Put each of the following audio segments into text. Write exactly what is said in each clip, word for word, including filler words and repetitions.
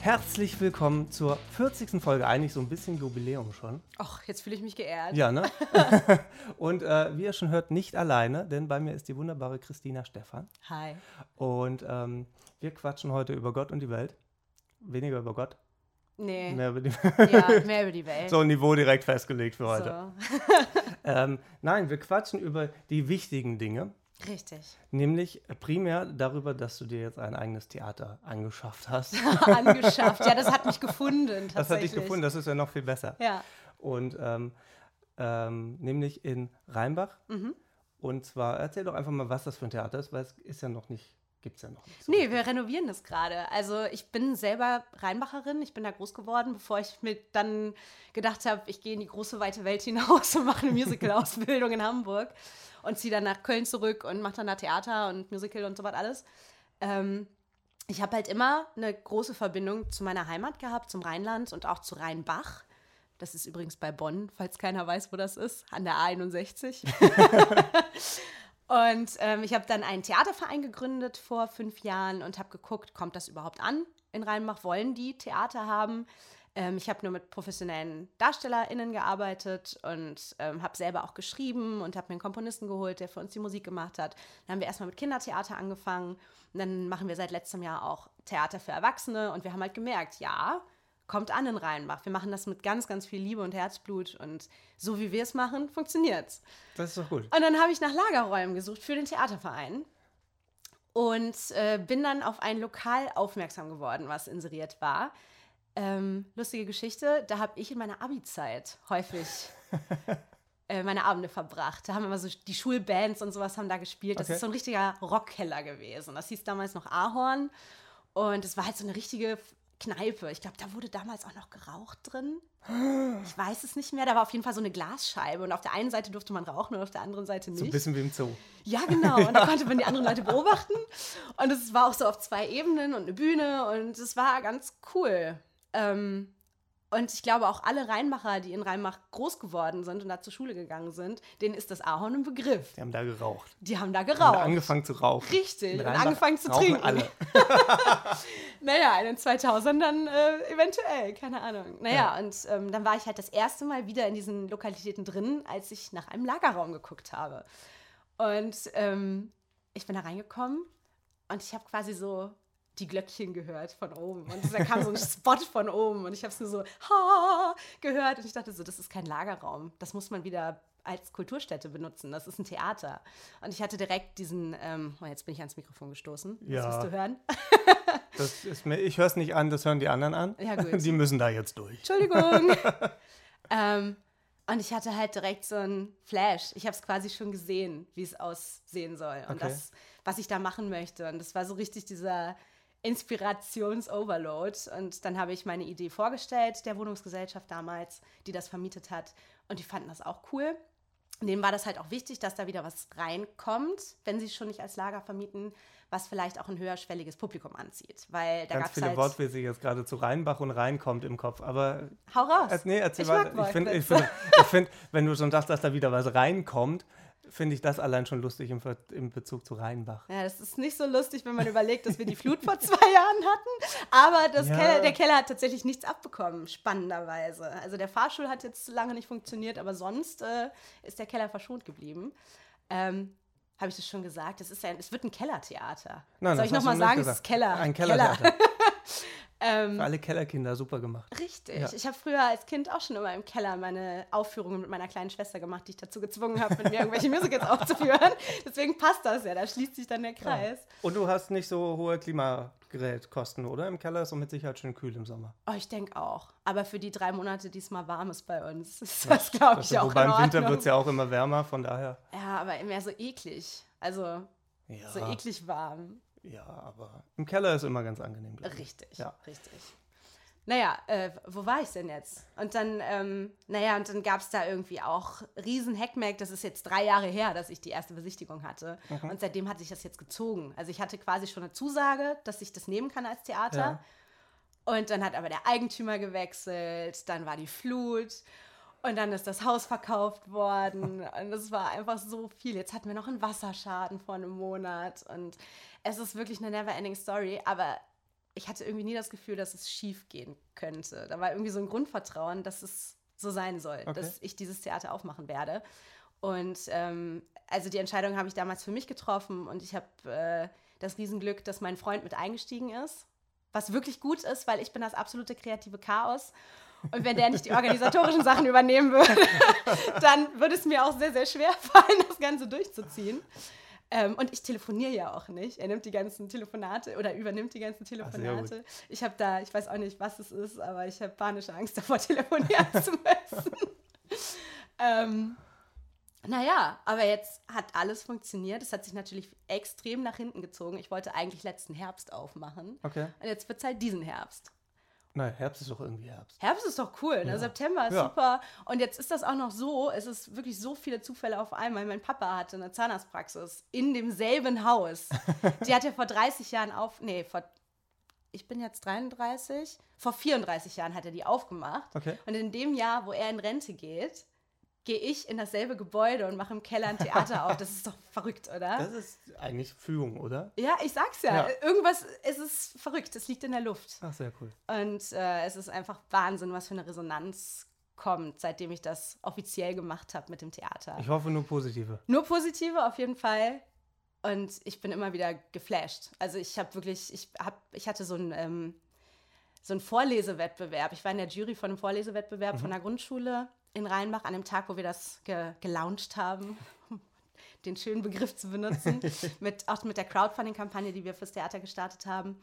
Herzlich willkommen zur vierzigsten Folge, eigentlich so ein bisschen Jubiläum schon. Ach, jetzt fühle ich mich geehrt. Ja, ne? Und äh, wie ihr schon hört, nicht alleine, denn bei mir ist die wunderbare Christina Stephan. Hi. Und ähm, wir quatschen heute über Gott und die Welt. Weniger über Gott. Nee. Mehr über die Ja, mehr über die Welt. So ein Niveau direkt festgelegt für heute. So. ähm, nein, wir quatschen über die wichtigen Dinge. Richtig. Nämlich primär darüber, dass du dir jetzt ein eigenes Theater angeschafft hast. Angeschafft. Ja, das hat mich gefunden tatsächlich. Das hat dich gefunden, das ist ja noch viel besser. Ja. Und ähm, ähm, nämlich in Rheinbach. Mhm. Und zwar, erzähl doch einfach mal, was das für ein Theater ist, weil es ist ja noch nicht, gibt es ja noch nicht so. Nee, wir renovieren das gerade. Also ich bin selber Rheinbacherin, ich bin da groß geworden, bevor ich mir dann gedacht habe, ich gehe in die große, weite Welt hinaus und mache eine Musical-Ausbildung in Hamburg und ziehe dann nach Köln zurück und mache dann da Theater und Musical und so was alles. Ähm, ich habe halt immer eine große Verbindung zu meiner Heimat gehabt, zum Rheinland und auch zu Rheinbach. Das ist übrigens bei Bonn, falls keiner weiß, wo das ist, an der A einundsechzig. Und ähm, ich habe dann einen Theaterverein gegründet vor fünf Jahren und habe geguckt, kommt das überhaupt an in Rheinbach? Wollen die Theater haben? Ähm, ich habe nur mit professionellen DarstellerInnen gearbeitet und ähm, habe selber auch geschrieben und habe mir einen Komponisten geholt, der für uns die Musik gemacht hat. Dann haben wir erstmal mit Kindertheater angefangen und dann machen wir seit letztem Jahr auch Theater für Erwachsene und wir haben halt gemerkt, ja, kommt an in Rheinbach. Wir machen das mit ganz, ganz viel Liebe und Herzblut und so wie wir es machen, funktioniert's. Das ist doch gut. Und dann habe ich nach Lagerräumen gesucht für den Theaterverein und äh, bin dann auf ein Lokal aufmerksam geworden, was inseriert war. Ähm, lustige Geschichte, da habe ich in meiner Abi-Zeit häufig äh, meine Abende verbracht. Da haben immer so die Schulbands und sowas haben da gespielt. Das Okay. ist so ein richtiger Rockkeller gewesen. Das hieß damals noch Ahorn und es war halt so eine richtige Kneipe. Ich glaube, da wurde damals auch noch geraucht drin. Ich weiß es nicht mehr. Da war auf jeden Fall so eine Glasscheibe. Und auf der einen Seite durfte man rauchen und auf der anderen Seite nicht. So ein bisschen wie im Zoo. Ja, genau. Und da konnte man die anderen Leute beobachten. Und es war auch so auf zwei Ebenen und eine Bühne. Und es war ganz cool. Ähm, und ich glaube, auch alle Rheinbacher, die in Rheinbach groß geworden sind und da zur Schule gegangen sind, denen ist das Ahorn ein Begriff. Die haben da geraucht. Die haben da Die haben geraucht. da angefangen zu rauchen. Richtig. In Und Rheinbach angefangen zu rauchen trinken. alle. Naja, in den zweitausendern äh, eventuell, keine Ahnung. Naja, Ja. und ähm, dann war ich halt das erste Mal wieder in diesen Lokalitäten drin, als ich nach einem Lagerraum geguckt habe. Und ähm, ich bin da reingekommen und ich habe quasi so die Glöckchen gehört von oben. Und da kam so ein Spot von oben und ich habe es nur so ha gehört. Und ich dachte so, das ist kein Lagerraum. Das muss man wieder als Kulturstätte benutzen. Das ist ein Theater. Und ich hatte direkt diesen, ähm, oh, jetzt bin ich ans Mikrofon gestoßen. Ja. Das wirst du hören. Das ist mir, ich höre es nicht an, das hören die anderen an. Ja, gut. Die müssen da jetzt durch. Entschuldigung. ähm, und ich hatte halt direkt so einen Flash. Ich habe es quasi schon gesehen, wie es aussehen soll. Und Okay. das, was ich da machen möchte. Und das war so richtig dieser Inspirations-Overload. Und dann habe ich meine Idee vorgestellt, der Wohnungsgesellschaft damals, die das vermietet hat. Und die fanden das auch cool. Und denen war das halt auch wichtig, dass da wieder was reinkommt, wenn sie es schon nicht als Lager vermieten, was vielleicht auch ein höherschwelliges Publikum anzieht. Weil da Ganz gab's viele halt Wortwitze jetzt gerade zu Rheinbach und reinkommt im Kopf. Aber Hau raus. äh, nee, erzähl Ich weiter. mag Ich finde, ich Wortwitze. find, ich find, wenn du schon sagst, dass da wieder was reinkommt, finde ich das allein schon lustig im, Ver- im Bezug zu Rheinbach. Ja, das ist nicht so lustig, wenn man überlegt, dass wir die Flut vor zwei Jahren hatten. Aber das Ja. Keller, der Keller hat tatsächlich nichts abbekommen, spannenderweise. Also der Fahrstuhl hat jetzt lange nicht funktioniert, aber sonst äh, ist der Keller verschont geblieben. Ähm, Habe ich das schon gesagt? Das ist ja, es wird ein Kellertheater. Nein, Soll das ich nochmal hast du nicht sagen, es gesagt. ist Keller. Ein Kellertheater. Ähm, Für alle Kellerkinder super gemacht. Richtig. Ja. Ich habe früher als Kind auch schon immer im Keller meine Aufführungen mit meiner kleinen Schwester gemacht, die ich dazu gezwungen habe, mit mir irgendwelche Musicals aufzuführen. Deswegen passt das ja, da schließt sich dann der Kreis. Und du hast nicht so hohe Klimagerätkosten, oder? Im Keller ist es mit Sicherheit schön kühl im Sommer. Oh, ich denke auch. Aber für die drei Monate, die es mal warm ist bei uns, ist das, glaube ich, Das- auch Wobei in im Winter Ordnung. wird es ja auch immer wärmer, von daher. Ja, aber mehr so eklig. Also Ja, so eklig warm. ja, aber im Keller ist immer ganz angenehm. glaub ich. Richtig, Ja. richtig. Naja, äh, wo war ich denn jetzt? Und dann, ähm, naja, und dann gab es da irgendwie auch riesen Heckmeck. Das ist jetzt drei Jahre her, dass ich die erste Besichtigung hatte. Mhm. Und seitdem hat sich das jetzt gezogen. Also ich hatte quasi schon eine Zusage, dass ich das nehmen kann als Theater. Ja. Und dann hat aber der Eigentümer gewechselt, dann war die Flut und dann ist das Haus verkauft worden und es war einfach so viel. Jetzt hatten wir noch einen Wasserschaden vor einem Monat und es ist wirklich eine never-ending Story, aber ich hatte irgendwie nie das Gefühl, dass es schief gehen könnte. Da war irgendwie so ein Grundvertrauen, dass es so sein soll, okay. dass ich dieses Theater aufmachen werde. Und ähm, also die Entscheidung habe ich damals für mich getroffen und ich habe äh, das Riesenglück, dass mein Freund mit eingestiegen ist, was wirklich gut ist, weil ich bin das absolute kreative Chaos. Und wenn der nicht die organisatorischen Sachen übernehmen würde, dann würde es mir auch sehr, sehr schwer fallen, das Ganze durchzuziehen. Ähm, und ich telefoniere ja auch nicht. Er nimmt die ganzen Telefonate oder übernimmt die ganzen Telefonate. Ach, ich habe da, ich weiß auch nicht, was es ist, aber ich habe panische Angst davor, telefonieren zu müssen. ähm, naja, aber jetzt hat alles funktioniert. Es hat sich natürlich extrem nach hinten gezogen. Ich wollte eigentlich letzten Herbst aufmachen. Okay. Und jetzt wird es halt diesen Herbst. Nein, Herbst ist doch irgendwie Herbst. Herbst ist doch cool, ne? Ja. September ist ja. super. Und jetzt ist das auch noch so, es ist wirklich so viele Zufälle auf einmal. Mein Papa hatte eine Zahnarztpraxis in demselben Haus. Die hat ja vor dreißig Jahren auf, nee, vor, ich bin jetzt dreiunddreißig, vor vierunddreißig Jahren hat er die aufgemacht. Okay. Und in dem Jahr, wo er in Rente geht, gehe ich in dasselbe Gebäude und mache im Keller ein Theater auf. Das ist doch verrückt, oder? Das ist eigentlich Fügung, oder? Ja, ich sag's ja. ja. Irgendwas, es ist verrückt, es liegt in der Luft. Ach, sehr cool. Und äh, es ist einfach Wahnsinn, was für eine Resonanz kommt, seitdem ich das offiziell gemacht habe mit dem Theater. Ich hoffe nur positive. Nur positive, auf jeden Fall. Und ich bin immer wieder geflasht. Also ich habe wirklich, ich, hab, ich hatte so einen, ähm, so einen Vorlesewettbewerb. Ich war in der Jury von einem Vorlesewettbewerb mhm. von der Grundschule in Rheinbach an dem Tag, wo wir das ge- gelauncht haben, den schönen Begriff zu benutzen, mit, auch mit der Crowdfunding-Kampagne, die wir fürs Theater gestartet haben.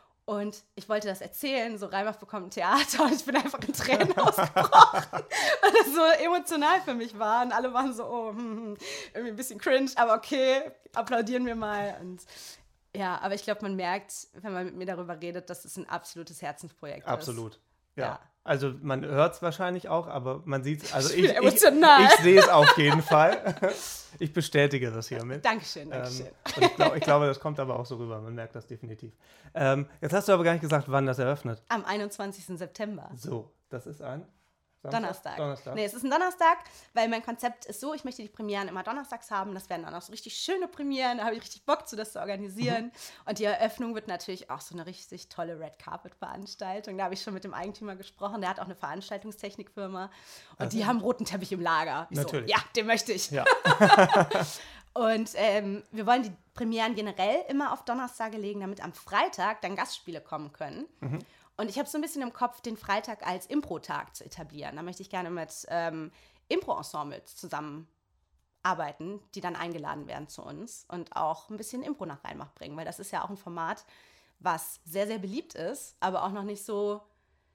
Und ich wollte das erzählen, so Rheinbach bekommt ein Theater und ich bin einfach in Tränen ausgebrochen, weil das so emotional für mich war und alle waren so, oh, hm, hm, irgendwie ein bisschen cringe, aber okay, applaudieren wir mal. Und ja, aber ich glaube, man merkt, wenn man mit mir darüber redet, dass es ein absolutes Herzensprojekt Absolut. ist. Absolut, ja. ja. Also man hört es wahrscheinlich auch, aber man sieht es, also ich, ich, emotional. ich, ich sehe es auf jeden Fall. Ich bestätige das hiermit. Dankeschön, Dankeschön. Ähm, und ich, glaub, ich glaube, das kommt aber auch so rüber, man merkt das definitiv. Ähm, jetzt hast du aber gar nicht gesagt, wann das eröffnet. Am einundzwanzigsten September. So, das ist ein Samstag? Donnerstag. Donnerstag. Nee, es ist ein Donnerstag, weil mein Konzept ist so, ich möchte die Premieren immer donnerstags haben. Das werden dann auch so richtig schöne Premieren. Da habe ich richtig Bock zu, das zu organisieren. Mhm. Und die Eröffnung wird natürlich auch so eine richtig tolle Red-Carpet-Veranstaltung. Da habe ich schon mit dem Eigentümer gesprochen. Der hat auch eine Veranstaltungstechnikfirma. Und also, die haben roten Teppich im Lager. Ich natürlich. So, ja, den möchte ich. Ja. Und ähm, wir wollen die Premieren generell immer auf Donnerstage legen, damit am Freitag dann Gastspiele kommen können. Mhm. Und ich habe so ein bisschen im Kopf, den Freitag als Impro-Tag zu etablieren. Da möchte ich gerne mit ähm, Impro-Ensembles zusammenarbeiten, die dann eingeladen werden zu uns und auch ein bisschen Impro nach Rheinbach bringen, weil das ist ja auch ein Format, was sehr, sehr beliebt ist, aber auch noch nicht so,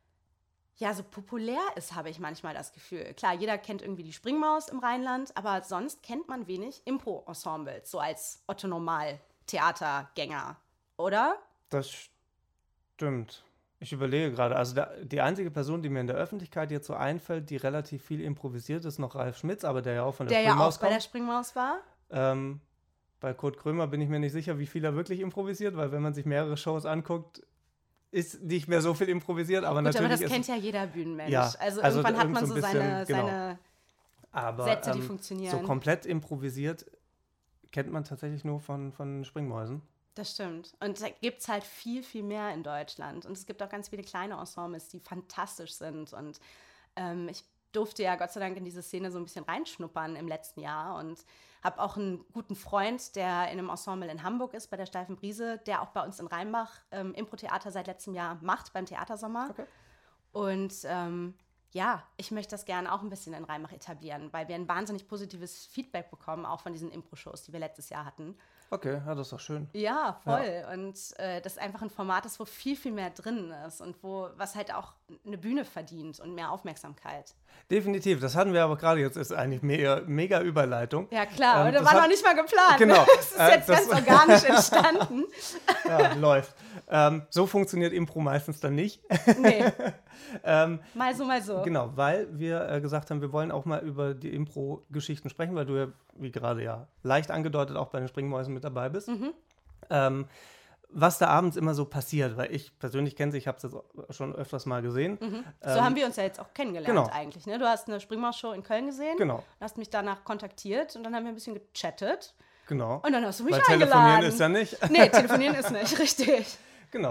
ja, so populär ist, habe ich manchmal das Gefühl. Klar, jeder kennt irgendwie die Springmaus im Rheinland, aber sonst kennt man wenig Impro-Ensembles, so als Otto-Normal-Theatergänger, oder? Das stimmt. Ich überlege gerade, also da, die einzige Person, die mir in der Öffentlichkeit jetzt so einfällt, die relativ viel improvisiert, ist noch Ralf Schmitz, aber der ja auch von der, der Springmaus ja auch bei der Springmaus war. Ähm, bei Kurt Krömer bin ich mir nicht sicher, wie viel er wirklich improvisiert, weil wenn man sich mehrere Shows anguckt, ist nicht mehr so viel improvisiert, aber Gut, natürlich aber das ist kennt ja jeder Bühnenmensch. Ja, also, also irgendwann hat man so so bisschen, seine, genau. seine aber, Sätze, die ähm, funktionieren. So komplett improvisiert kennt man tatsächlich nur von, von Springmäusen. Das stimmt. Und da gibt es halt viel, viel mehr in Deutschland. Und es gibt auch ganz viele kleine Ensembles, die fantastisch sind. Und ähm, ich durfte ja Gott sei Dank in diese Szene so ein bisschen reinschnuppern im letzten Jahr und habe auch einen guten Freund, der in einem Ensemble in Hamburg ist, bei der Steifen Brise, der auch bei uns in Rheinbach ähm, Impro-Theater seit letztem Jahr macht, beim Theatersommer. Okay. Und ähm, ja, ich möchte das gerne auch ein bisschen in Rheinbach etablieren, weil wir ein wahnsinnig positives Feedback bekommen, auch von diesen Impro-Shows, die wir letztes Jahr hatten. Okay, ja, das ist doch schön. Ja, voll. Ja. Und äh, das einfach ein Format ist, wo viel, viel mehr drin ist und wo was halt auch eine Bühne verdient und mehr Aufmerksamkeit. Definitiv, das hatten wir aber gerade jetzt, ist eigentlich mega, mega Überleitung. Ja, klar, ähm, und das war hat, noch nicht mal geplant. Genau. Das ist jetzt äh, das ganz organisch entstanden. Ja, läuft. Ähm, so funktioniert Impro meistens dann nicht. Nee. ähm, mal so, mal so. Genau, weil wir äh, gesagt haben, wir wollen auch mal über die Impro-Geschichten sprechen, weil du ja, wie gerade ja leicht angedeutet, auch bei den Springmäusen mit dabei bist. Mhm. Ähm, was da abends immer so passiert, weil ich persönlich kenne sie, ich habe es jetzt schon öfters mal gesehen. Mhm. So ähm, haben wir uns ja jetzt auch kennengelernt genau. eigentlich. Ne? Du hast eine Springmaus-Show in Köln gesehen, genau. hast mich danach kontaktiert und dann haben wir ein bisschen gechattet. Genau. Und dann hast du mich weil eingeladen. Telefonieren ist ja nicht. Nee, telefonieren ist nicht, richtig. Genau.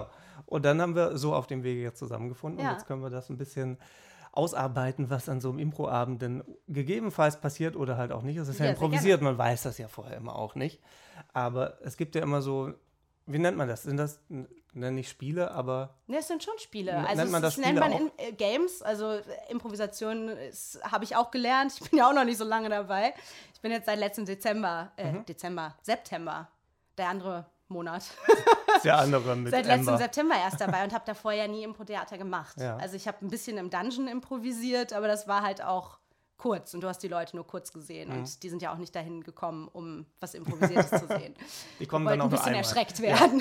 Und dann haben wir so auf dem Wege jetzt zusammengefunden. Ja. Und jetzt können wir das ein bisschen ausarbeiten, was an so einem Improabend denn gegebenenfalls passiert oder halt auch nicht. Es ist ja, Ja, improvisiert, man weiß das ja vorher immer auch nicht. Aber es gibt ja immer so, wie nennt man das? Sind das ne, nicht Spiele, aber... Ne, es sind schon Spiele. Nennt Also man das das nennt Spiele man in, äh, Games, also äh, Improvisation habe ich auch gelernt. Ich bin ja auch noch nicht so lange dabei. Ich bin jetzt seit letztem Dezember, äh, mhm. Dezember, September, der andere Monat. Der andere mit Seit letztem Ember. September erst dabei und habe davor ja nie Impro-Theater gemacht. Ja. Also ich habe ein bisschen im Dungeon improvisiert, aber das war halt auch kurz und du hast die Leute nur kurz gesehen mhm. und die sind ja auch nicht dahin gekommen, um was Improvisiertes zu sehen. Die kommen die dann auch ein bisschen nur einmal. erschreckt werden.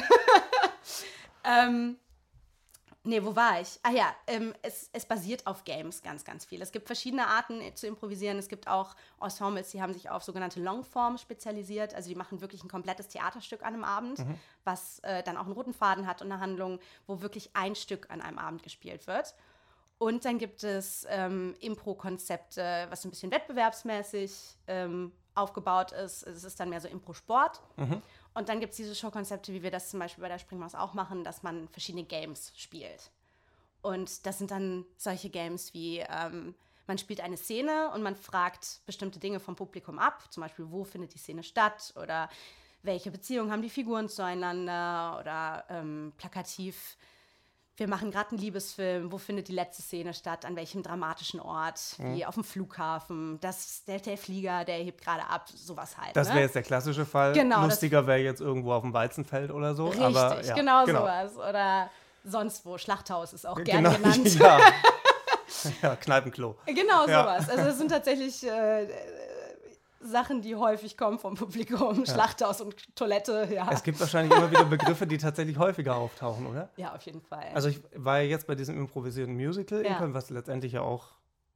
Ja. ähm, nee, wo war ich? Ah ja, ähm, es, es basiert auf Games ganz, ganz viel. Es gibt verschiedene Arten zu improvisieren. Es gibt auch Ensembles, die haben sich auf sogenannte Longform spezialisiert. Also die machen wirklich ein komplettes Theaterstück an einem Abend, mhm. was äh, dann auch einen roten Faden hat und eine Handlung, wo wirklich ein Stück an einem Abend gespielt wird. Und dann gibt es ähm, Impro-Konzepte, was ein bisschen wettbewerbsmäßig ähm, aufgebaut ist. Es ist dann mehr so Impro-Sport. Mhm. Und dann gibt es diese Showkonzepte, wie wir das zum Beispiel bei der Springmaus auch machen, dass man verschiedene Games spielt. Und das sind dann solche Games wie, ähm, man spielt eine Szene und man fragt bestimmte Dinge vom Publikum ab. Zum Beispiel, wo findet die Szene statt? Oder welche Beziehungen haben die Figuren zueinander? Oder ähm, plakativ, wir machen gerade einen Liebesfilm, wo findet die letzte Szene statt, an welchem dramatischen Ort, mhm. wie auf dem Flughafen, das, der, der Flieger, der hebt gerade ab, sowas halt. Das wäre ne? jetzt der klassische Fall. Genau, Lustiger wäre jetzt irgendwo auf dem Weizenfeld oder so. Richtig, aber, ja, genau, genau sowas. Oder sonst wo, Schlachthaus ist auch genau, gerne genannt. Ja. Ja, Kneipenklo. Genau ja. sowas. Also es sind tatsächlich äh, Sachen, die häufig kommen vom Publikum. Ja. Schlachthaus und Toilette, ja. Es gibt wahrscheinlich immer wieder Begriffe, die tatsächlich häufiger auftauchen, oder? Ja, auf jeden Fall. Also ich war ja jetzt bei diesem improvisierten Musical, ja. was letztendlich ja auch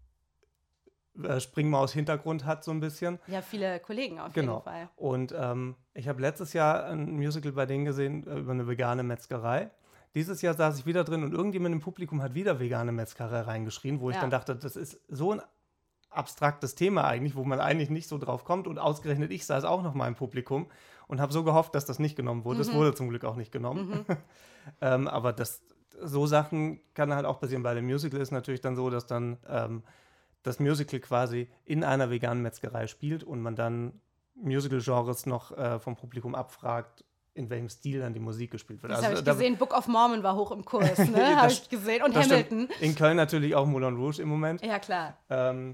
äh, Springmaus-Hintergrund hat so ein bisschen. Ja, viele Kollegen auf genau. jeden Fall. Und ähm, ich habe letztes Jahr ein Musical bei denen gesehen äh, über eine vegane Metzgerei. Dieses Jahr saß ich wieder drin und irgendjemand im Publikum hat wieder vegane Metzgerei reingeschrien, wo ich ja. dann dachte, das ist so ein abstraktes Thema eigentlich, wo man eigentlich nicht so drauf kommt und ausgerechnet ich saß auch noch mal im Publikum und habe so gehofft, dass das nicht genommen wurde. Es mhm. wurde zum Glück auch nicht genommen. Mhm. ähm, aber das, so Sachen kann halt auch passieren. Bei dem Musical ist natürlich dann so, dass dann ähm, das Musical quasi in einer veganen Metzgerei spielt und man dann Musical-Genres noch äh, vom Publikum abfragt, in welchem Stil dann die Musik gespielt wird. Das also, habe ich gesehen, Book of Mormon war hoch im Kurs, ne? habe ich gesehen. Und Hamilton. Stimmt. In Köln natürlich auch Moulin Rouge im Moment. Ja, klar. Ähm,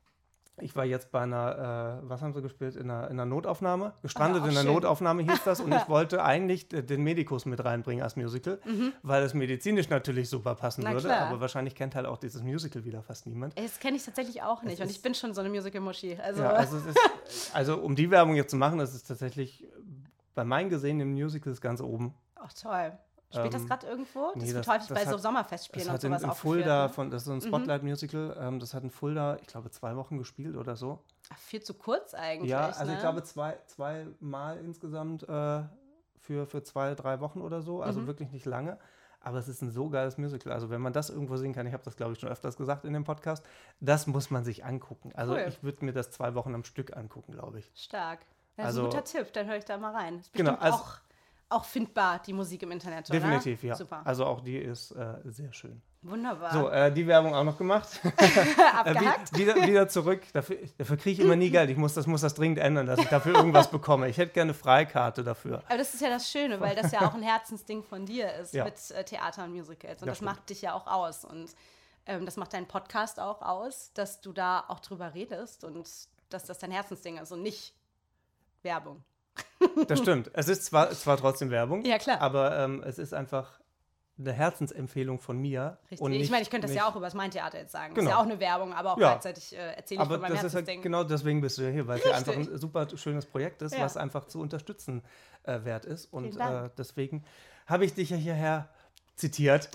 ich war jetzt bei einer, äh, was haben sie gespielt, in einer, in einer Notaufnahme. Gestrandet in einer schön. Notaufnahme hieß das. Und ich wollte eigentlich den Medikus mit reinbringen als Musical, mhm. weil es medizinisch natürlich super passen Na, würde. klar. Aber wahrscheinlich kennt halt auch dieses Musical wieder fast niemand. Das kenne ich tatsächlich auch nicht. Es und ich bin schon so eine Musical-Muschi. Also. Ja, also, es ist, also um die Werbung jetzt zu machen, das ist tatsächlich bei meinen gesehenen Musicals ganz oben. Ach, toll. Spielt ähm, das gerade irgendwo? Das nee, wird das, häufig das bei hat, so Sommerfestspielen das und sowas in, in aufgeführt. Fulda, von, das ist so ein Spotlight-Musical, mhm. ähm, das hat in Fulda, ich glaube, zwei Wochen gespielt oder so. Ach, viel zu kurz eigentlich. Ja, also ne? ich glaube, zwei, zwei Mal insgesamt äh, für, für zwei, drei Wochen oder so, also mhm. wirklich nicht lange. Aber es ist ein so geiles Musical. Also wenn man das irgendwo sehen kann, ich habe das, glaube ich, schon öfters gesagt in dem Podcast, das muss man sich angucken. Also cool. Ich würde mir das zwei Wochen am Stück angucken, glaube ich. Stark. Das also, ist ein guter Tipp, dann höre ich da mal rein. Ist genau, also, auch Auch findbar, die Musik im Internet, oder? Definitiv, ja. Super. Also auch die ist äh, sehr schön. Wunderbar. So, äh, die Werbung auch noch gemacht. Abgehakt. äh, wieder, wieder zurück. Dafür, dafür kriege ich immer nie Geld. Ich muss das, muss das dringend ändern, dass ich dafür irgendwas bekomme. Ich hätte gerne eine Freikarte dafür. Aber das ist ja das Schöne, weil das ja auch ein Herzensding von dir ist ja. mit äh, Theater und Musicals. Und das, das macht dich ja auch aus. Und ähm, das macht deinen Podcast auch aus, dass du da auch drüber redest und dass das dein Herzensding ist und nicht Werbung. Das stimmt. Es ist zwar, zwar trotzdem Werbung, ja, klar. aber ähm, es ist einfach eine Herzensempfehlung von mir. Richtig. Und nicht, ich meine, ich könnte das nicht, ja auch über das Mein-Theater jetzt sagen. Genau. Das ist ja auch eine Werbung, aber auch ja. gleichzeitig äh, erzähle ich aber von meinem das ist Herzensding. halt genau deswegen bist du ja hier, weil Richtig. es ja einfach ein super schönes Projekt ist, ja. was einfach zu unterstützen äh, wert ist. Und äh, deswegen habe ich dich ja hierher zitiert.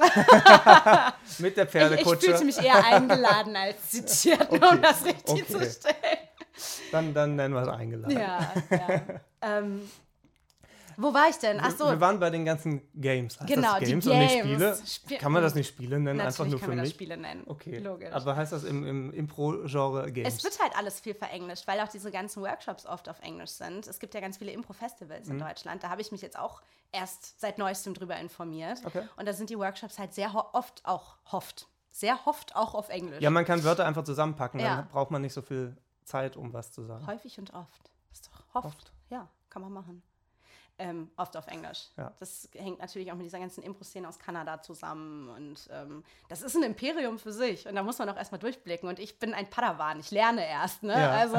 Mit der Pferdekutsche. Ich, ich fühlte mich eher eingeladen als zitiert, okay. um das richtig okay. zu stellen. Dann, dann nennen wir es eingeladen. Ja, ja. ähm, Wo war ich denn? Ach so. Wir waren bei den ganzen Games. Heißt Genau, das Games Games und nicht Spiele? Sp- Kann man das nicht Spiele nennen? Natürlich Einfach nur kann für man mich? das Spiele nennen. Okay. Logisch. Aber heißt das im, im Impro-Genre Games? Es wird halt alles viel verenglischt, weil auch diese ganzen Workshops oft auf Englisch sind. Es gibt ja ganz viele Impro-Festivals in Mhm. Deutschland. Da habe ich mich jetzt auch erst seit Neuestem drüber informiert. Okay. Und da sind die Workshops halt sehr ho- oft auch hofft. Sehr oft auch auf Englisch. Ja, man kann Wörter einfach zusammenpacken, Ja. dann braucht man nicht so viel Zeit, um was zu sagen. Häufig und oft. Ist doch oft. Oft. Ja, kann man machen. Ähm, oft auf Englisch. Ja. Das hängt natürlich auch mit dieser ganzen Impro-Szene aus Kanada zusammen. Und ähm, das ist ein Imperium für sich. Und da muss man auch erstmal durchblicken. Und ich bin ein Padawan. Ich lerne erst. Ne? Ja. Also,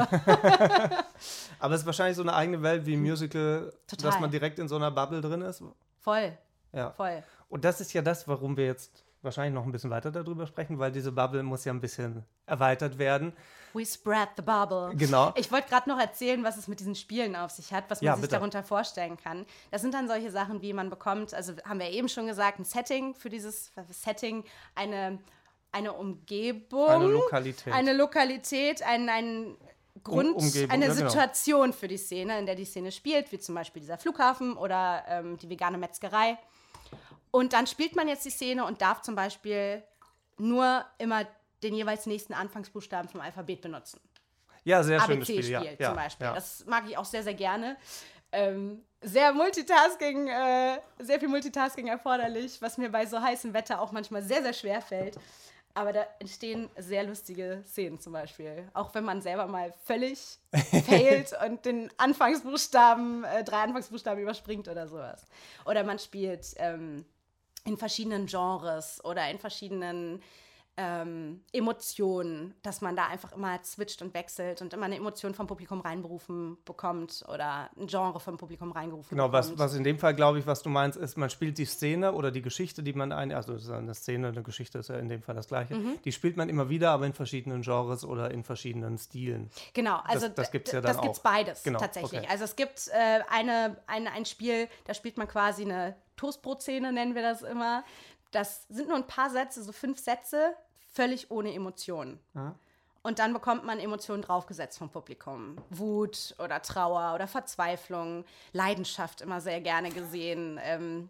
Aber es ist wahrscheinlich so eine eigene Welt wie ein Musical, Total. dass man direkt in so einer Bubble drin ist. voll, Ja. voll. Und das ist ja das, warum wir jetzt wahrscheinlich noch ein bisschen weiter darüber sprechen, weil diese Bubble muss ja ein bisschen erweitert werden. We spread the bubble. Genau. Ich wollte gerade noch erzählen, was es mit diesen Spielen auf sich hat, was man Ja, sich bitte. darunter vorstellen kann. Das sind dann solche Sachen, wie man bekommt, also haben wir eben schon gesagt, ein Setting für dieses Setting, eine, eine Umgebung, Eine Lokalität. eine Lokalität, ein, ein Grund, Um- Umgebung, eine ja, genau. Situation für die Szene, in der die Szene spielt, wie zum Beispiel dieser Flughafen oder ähm, die vegane Metzgerei. Und dann spielt man jetzt die Szene und darf zum Beispiel nur immer den jeweils nächsten Anfangsbuchstaben vom Alphabet benutzen. Ja, sehr A B schönes C-Spiel Spiel. Ja, ja, zum Beispiel. Ja. Das mag ich auch sehr, sehr gerne. Ähm, sehr Multitasking, äh, sehr viel Multitasking erforderlich, was mir bei so heißem Wetter auch manchmal sehr, sehr schwer fällt. Aber da entstehen sehr lustige Szenen zum Beispiel. Auch wenn man selber mal völlig failt und den Anfangsbuchstaben, äh, drei Anfangsbuchstaben überspringt oder sowas. Oder man spielt ähm, in verschiedenen Genres oder in verschiedenen ähm, Emotionen, dass man da einfach immer switcht und wechselt und immer eine Emotion vom Publikum reinberufen bekommt oder ein Genre vom Publikum reingerufen Genau, was, bekommt. was in dem Fall, glaube ich, was du meinst, ist, man spielt die Szene oder die Geschichte, die man ein, also das ist eine Szene, eine Geschichte ist ja in dem Fall das Gleiche, Mhm. die spielt man immer wieder, aber in verschiedenen Genres oder in verschiedenen Stilen. Genau, also das gibt's ja d- dann das gibt's auch. beides Genau, tatsächlich. okay. Also es gibt äh, eine, eine, ein Spiel, da spielt man quasi eine Toastbrot-Szene, nennen wir das immer. Das sind nur ein paar Sätze, so fünf Sätze, völlig ohne Emotionen. Ja. Und dann bekommt man Emotionen draufgesetzt vom Publikum. Wut oder Trauer oder Verzweiflung, Leidenschaft immer sehr gerne gesehen. Ähm,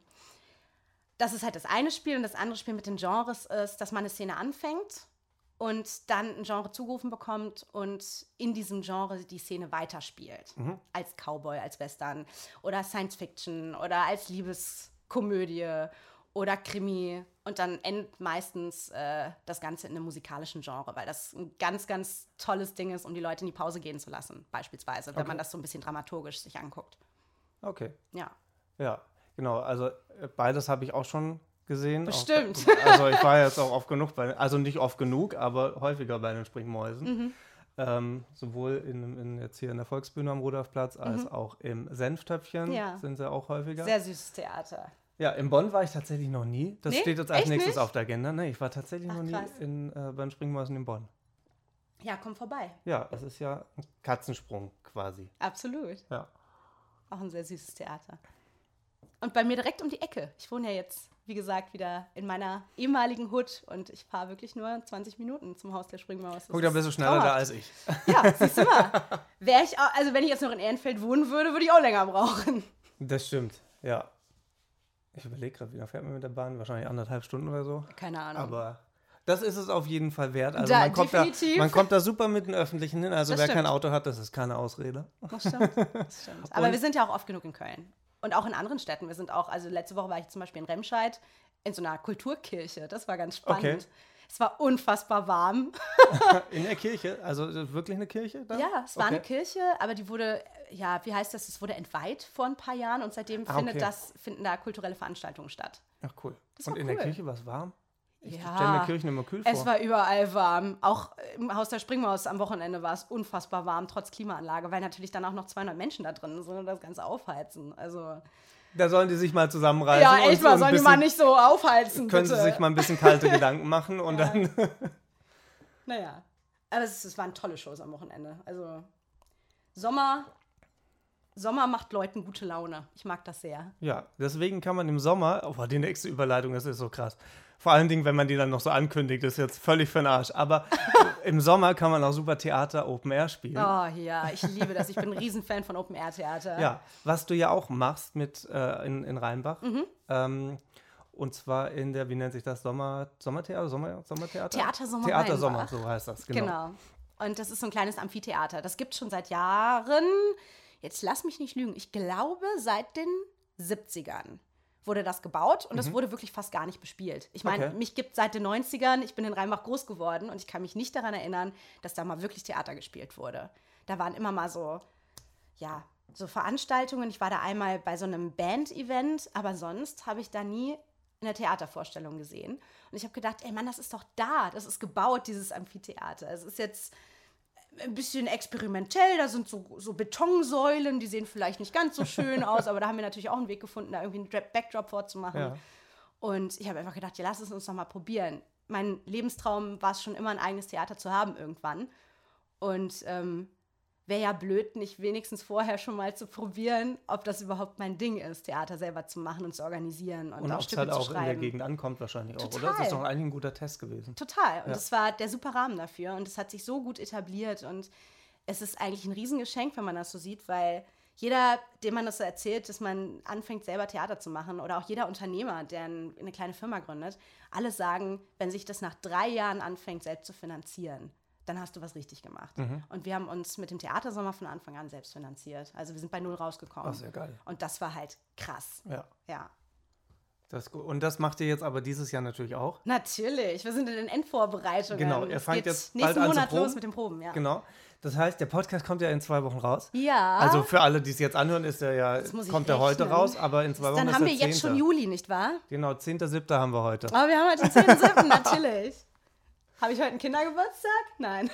das ist halt das eine Spiel. Und das andere Spiel mit den Genres ist, dass man eine Szene anfängt und dann ein Genre zugerufen bekommt und in diesem Genre die Szene weiterspielt. Mhm. Als Cowboy, als Western oder Science Fiction oder als Liebeskomödie oder Krimi. Und dann endet meistens äh, das Ganze in einem musikalischen Genre, weil das ein ganz, ganz tolles Ding ist, um die Leute in die Pause gehen zu lassen, beispielsweise, wenn Okay. man das so ein bisschen dramaturgisch sich anguckt. Okay, Ja. ja, genau. Also äh, beides habe ich auch schon gesehen. Bestimmt. Auch, also ich war jetzt auch oft genug bei, also nicht oft genug, aber häufiger bei den Springmäusen. Mhm. Ähm, sowohl in, in jetzt hier in der Volksbühne am Rudolfplatz als auch im Senftöpfchen Ja. sind sie auch häufiger. Sehr süßes Theater. Ja, in Bonn war ich tatsächlich noch nie. Das Nee? steht jetzt als Echt nächstes nicht? auf der Agenda. Nee, ich war tatsächlich Ach, noch nie krass. in, äh, bei den Springmäusen in Bonn. Ja, komm vorbei. Ja, es ist ja ein Katzensprung quasi. Absolut. Ja. Auch ein sehr süßes Theater. Und bei mir direkt um die Ecke. Ich wohne ja jetzt, wie gesagt, wieder in meiner ehemaligen Hut und ich fahre wirklich nur zwanzig Minuten zum Haus der Springmaus. Das Guck, da ist bist du schneller da traumhaft. als ich. Ja, siehst du mal. Wär ich auch, also wenn ich jetzt noch in Ehrenfeld wohnen würde, würde ich auch länger brauchen. Das stimmt, ja. Ich überlege gerade, wie lange fährt man mit der Bahn? Wahrscheinlich anderthalb Stunden oder so. Keine Ahnung. Aber das ist es auf jeden Fall wert. Also Da, man, kommt da, definitiv. man kommt da super mit den Öffentlichen hin. Also Das wer stimmt. kein Auto hat, das ist keine Ausrede. Das stimmt. Das stimmt. Aber Und- wir sind ja auch oft genug in Köln. Und auch in anderen Städten. Wir sind auch, also letzte Woche war ich zum Beispiel in Remscheid in so einer Kulturkirche. Das war ganz spannend. Okay. Es war unfassbar warm. In der Kirche? Also äh, wirklich eine Kirche? Dann? Ja, es war Okay. eine Kirche, aber die wurde, ja, wie heißt das, es wurde entweiht vor ein paar Jahren und seitdem Ah, findet okay. das, finden da kulturelle Veranstaltungen statt. Ach cool. Das Und war in cool. der Kirche war es warm? Ich Ja. stelle mir Kirchen immer kühl vor. Es war überall warm. Auch im Haus der Springmaus am Wochenende war es unfassbar warm, trotz Klimaanlage, weil natürlich dann auch noch zweihundert Menschen da drin sind und das Ganze aufheizen. Also, Da sollen die sich mal zusammenreißen. ja, echt und, mal, und sollen die bisschen- mal nicht so aufheizen, Können bitte. sie sich mal ein bisschen kalte Gedanken machen und Ja. dann. Naja, aber es, es waren tolle Shows am Wochenende. Also, Sommer, Sommer macht Leuten gute Laune. Ich mag das sehr. Ja, deswegen kann man im Sommer, oh, die nächste Überleitung, das ist so krass. Vor allen Dingen, wenn man die dann noch so ankündigt, ist jetzt völlig für den Arsch. Aber im Sommer kann man auch super Theater Open Air spielen. Oh ja, ich liebe das. Ich bin ein Riesenfan von Open Air Theater. Ja, was du ja auch machst mit äh, in, in Rheinbach. Mhm. Ähm, und zwar in der, wie nennt sich das, Sommer, Sommertheater? Sommer, Sommertheater? Theater Sommer Theater Sommer, Rheinbach. so heißt das, genau. Genau. Und das ist so ein kleines Amphitheater. Das gibt es schon seit Jahren. Jetzt lass mich nicht lügen. Ich glaube, seit den siebzigern wurde das gebaut und es mhm. wurde wirklich fast gar nicht bespielt. Ich meine, Okay. mich gibt es seit den neunzigern, ich bin in Rheinbach groß geworden und ich kann mich nicht daran erinnern, dass da mal wirklich Theater gespielt wurde. Da waren immer mal so, ja, so Veranstaltungen. Ich war da einmal bei so einem Band-Event, aber sonst habe ich da nie eine Theatervorstellung gesehen. Und ich habe gedacht, ey Mann, das ist doch da, das ist gebaut, dieses Amphitheater. Es ist jetzt ein bisschen experimentell, da sind so, so Betonsäulen, die sehen vielleicht nicht ganz so schön aus, aber da haben wir natürlich auch einen Weg gefunden, da irgendwie einen Backdrop vorzumachen. Ja. Und ich habe einfach gedacht, ja, lass es uns noch mal probieren. Mein Lebenstraum war es schon immer, ein eigenes Theater zu haben irgendwann. Und ähm, wäre ja blöd, nicht wenigstens vorher schon mal zu probieren, ob das überhaupt mein Ding ist, Theater selber zu machen und zu organisieren und, Und auch ob es Stücke halt zu auch schreiben. in der Gegend ankommt wahrscheinlich auch, Total. oder? Das ist doch eigentlich ein guter Test gewesen. Total. Und Ja. das war der super Rahmen dafür. Und es hat sich so gut etabliert. Und es ist eigentlich ein Riesengeschenk, wenn man das so sieht, weil jeder, dem man das so erzählt, dass man anfängt, selber Theater zu machen, oder auch jeder Unternehmer, der ein, eine kleine Firma gründet, alle sagen, wenn sich das nach drei Jahren anfängt, selbst zu finanzieren, dann hast du was richtig gemacht. Mhm. Und wir haben uns mit dem Theatersommer von Anfang an selbst finanziert. Also wir sind bei null rausgekommen. Ach, sehr geil. Und das war halt krass. Ja. Ja. Das ist gut. Und das macht ihr jetzt aber dieses Jahr natürlich auch. Natürlich, wir sind in den Endvorbereitungen. Genau, ihr Es fangt geht jetzt bald nächsten an zu Monat proben. los mit den Proben, ja. Genau. Das heißt, der Podcast kommt ja in zwei Wochen raus. Ja. Also für alle, die es jetzt anhören, ist der ja, muss ich kommt der heute rechnen. raus, aber in zwei Wochen Dann ist haben der wir jetzt schon zehnte. Juli, nicht wahr? Genau, zehnter siebter haben wir heute. Aber wir haben heute den zehnten siebten natürlich. Habe ich heute einen Kindergeburtstag? Nein.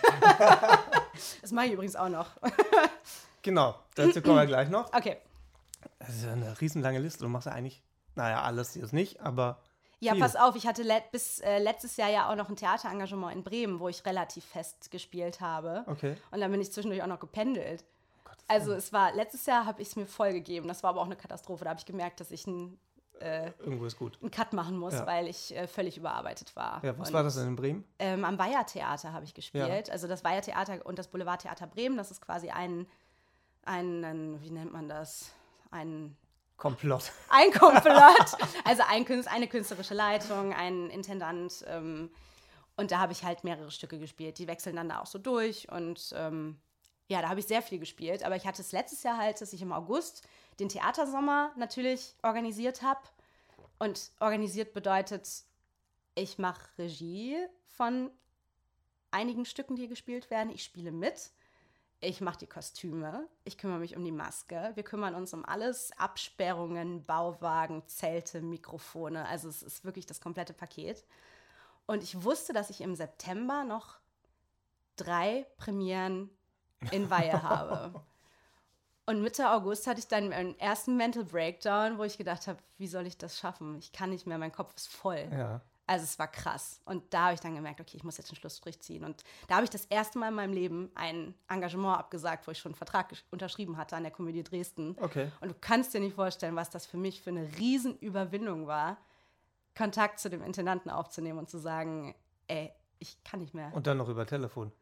Das mache ich übrigens auch noch. Genau, dazu kommen wir gleich noch. Okay. Das ist ja eine riesenlange Liste. Du machst ja eigentlich, naja, alles jetzt nicht, aber Ja, viel. pass auf, ich hatte let- bis äh, letztes Jahr ja auch noch ein Theaterengagement in Bremen, wo ich relativ fest gespielt habe. Okay. Und dann bin ich zwischendurch auch noch gependelt. Also es war, letztes Jahr habe ich es mir voll gegeben. Das war aber auch eine Katastrophe. Da habe ich gemerkt, dass ich einen, äh, Irgendwo ist gut. einen Cut machen muss, Ja. weil ich äh, völlig überarbeitet war. Ja, was Und war das denn in Bremen? Ähm, am Weiher-Theater habe ich gespielt. Also das Weiher-Theater und das Boulevardtheater Bremen, das ist quasi ein, ein, ein wie nennt man das? Ein, Komplott. ein Komplott. Also ein, Künst- eine künstlerische Leitung, ein Intendant. Ähm, und da habe ich halt mehrere Stücke gespielt. Die wechseln dann da auch so durch. Und ähm, ja, da habe ich sehr viel gespielt. Aber ich hatte es letztes Jahr halt, dass ich im August den Theatersommer natürlich organisiert habe. Und organisiert bedeutet, ich mache Regie von einigen Stücken, die gespielt werden. Ich spiele mit. Ich mache die Kostüme. Ich kümmere mich um die Maske. Wir kümmern uns um alles. Absperrungen, Bauwagen, Zelte, Mikrofone. Also es ist wirklich das komplette Paket. Und ich wusste, dass ich im September noch drei Premieren in Weihe habe. Und Mitte August hatte ich dann meinen ersten Mental Breakdown, wo ich gedacht habe, wie soll ich das schaffen? Ich kann nicht mehr, mein Kopf ist voll. Ja. Also es war krass. Und da habe ich dann gemerkt, okay, ich muss jetzt einen Schlussstrich ziehen. Und da habe ich das erste Mal in meinem Leben ein Engagement abgesagt, wo ich schon einen Vertrag gesch- unterschrieben hatte an der Komödie Dresden. Okay. Und du kannst dir nicht vorstellen, was das für mich für eine Riesenüberwindung war, Kontakt zu dem Intendanten aufzunehmen und zu sagen, ey, ich kann nicht mehr. Und dann noch über Telefon.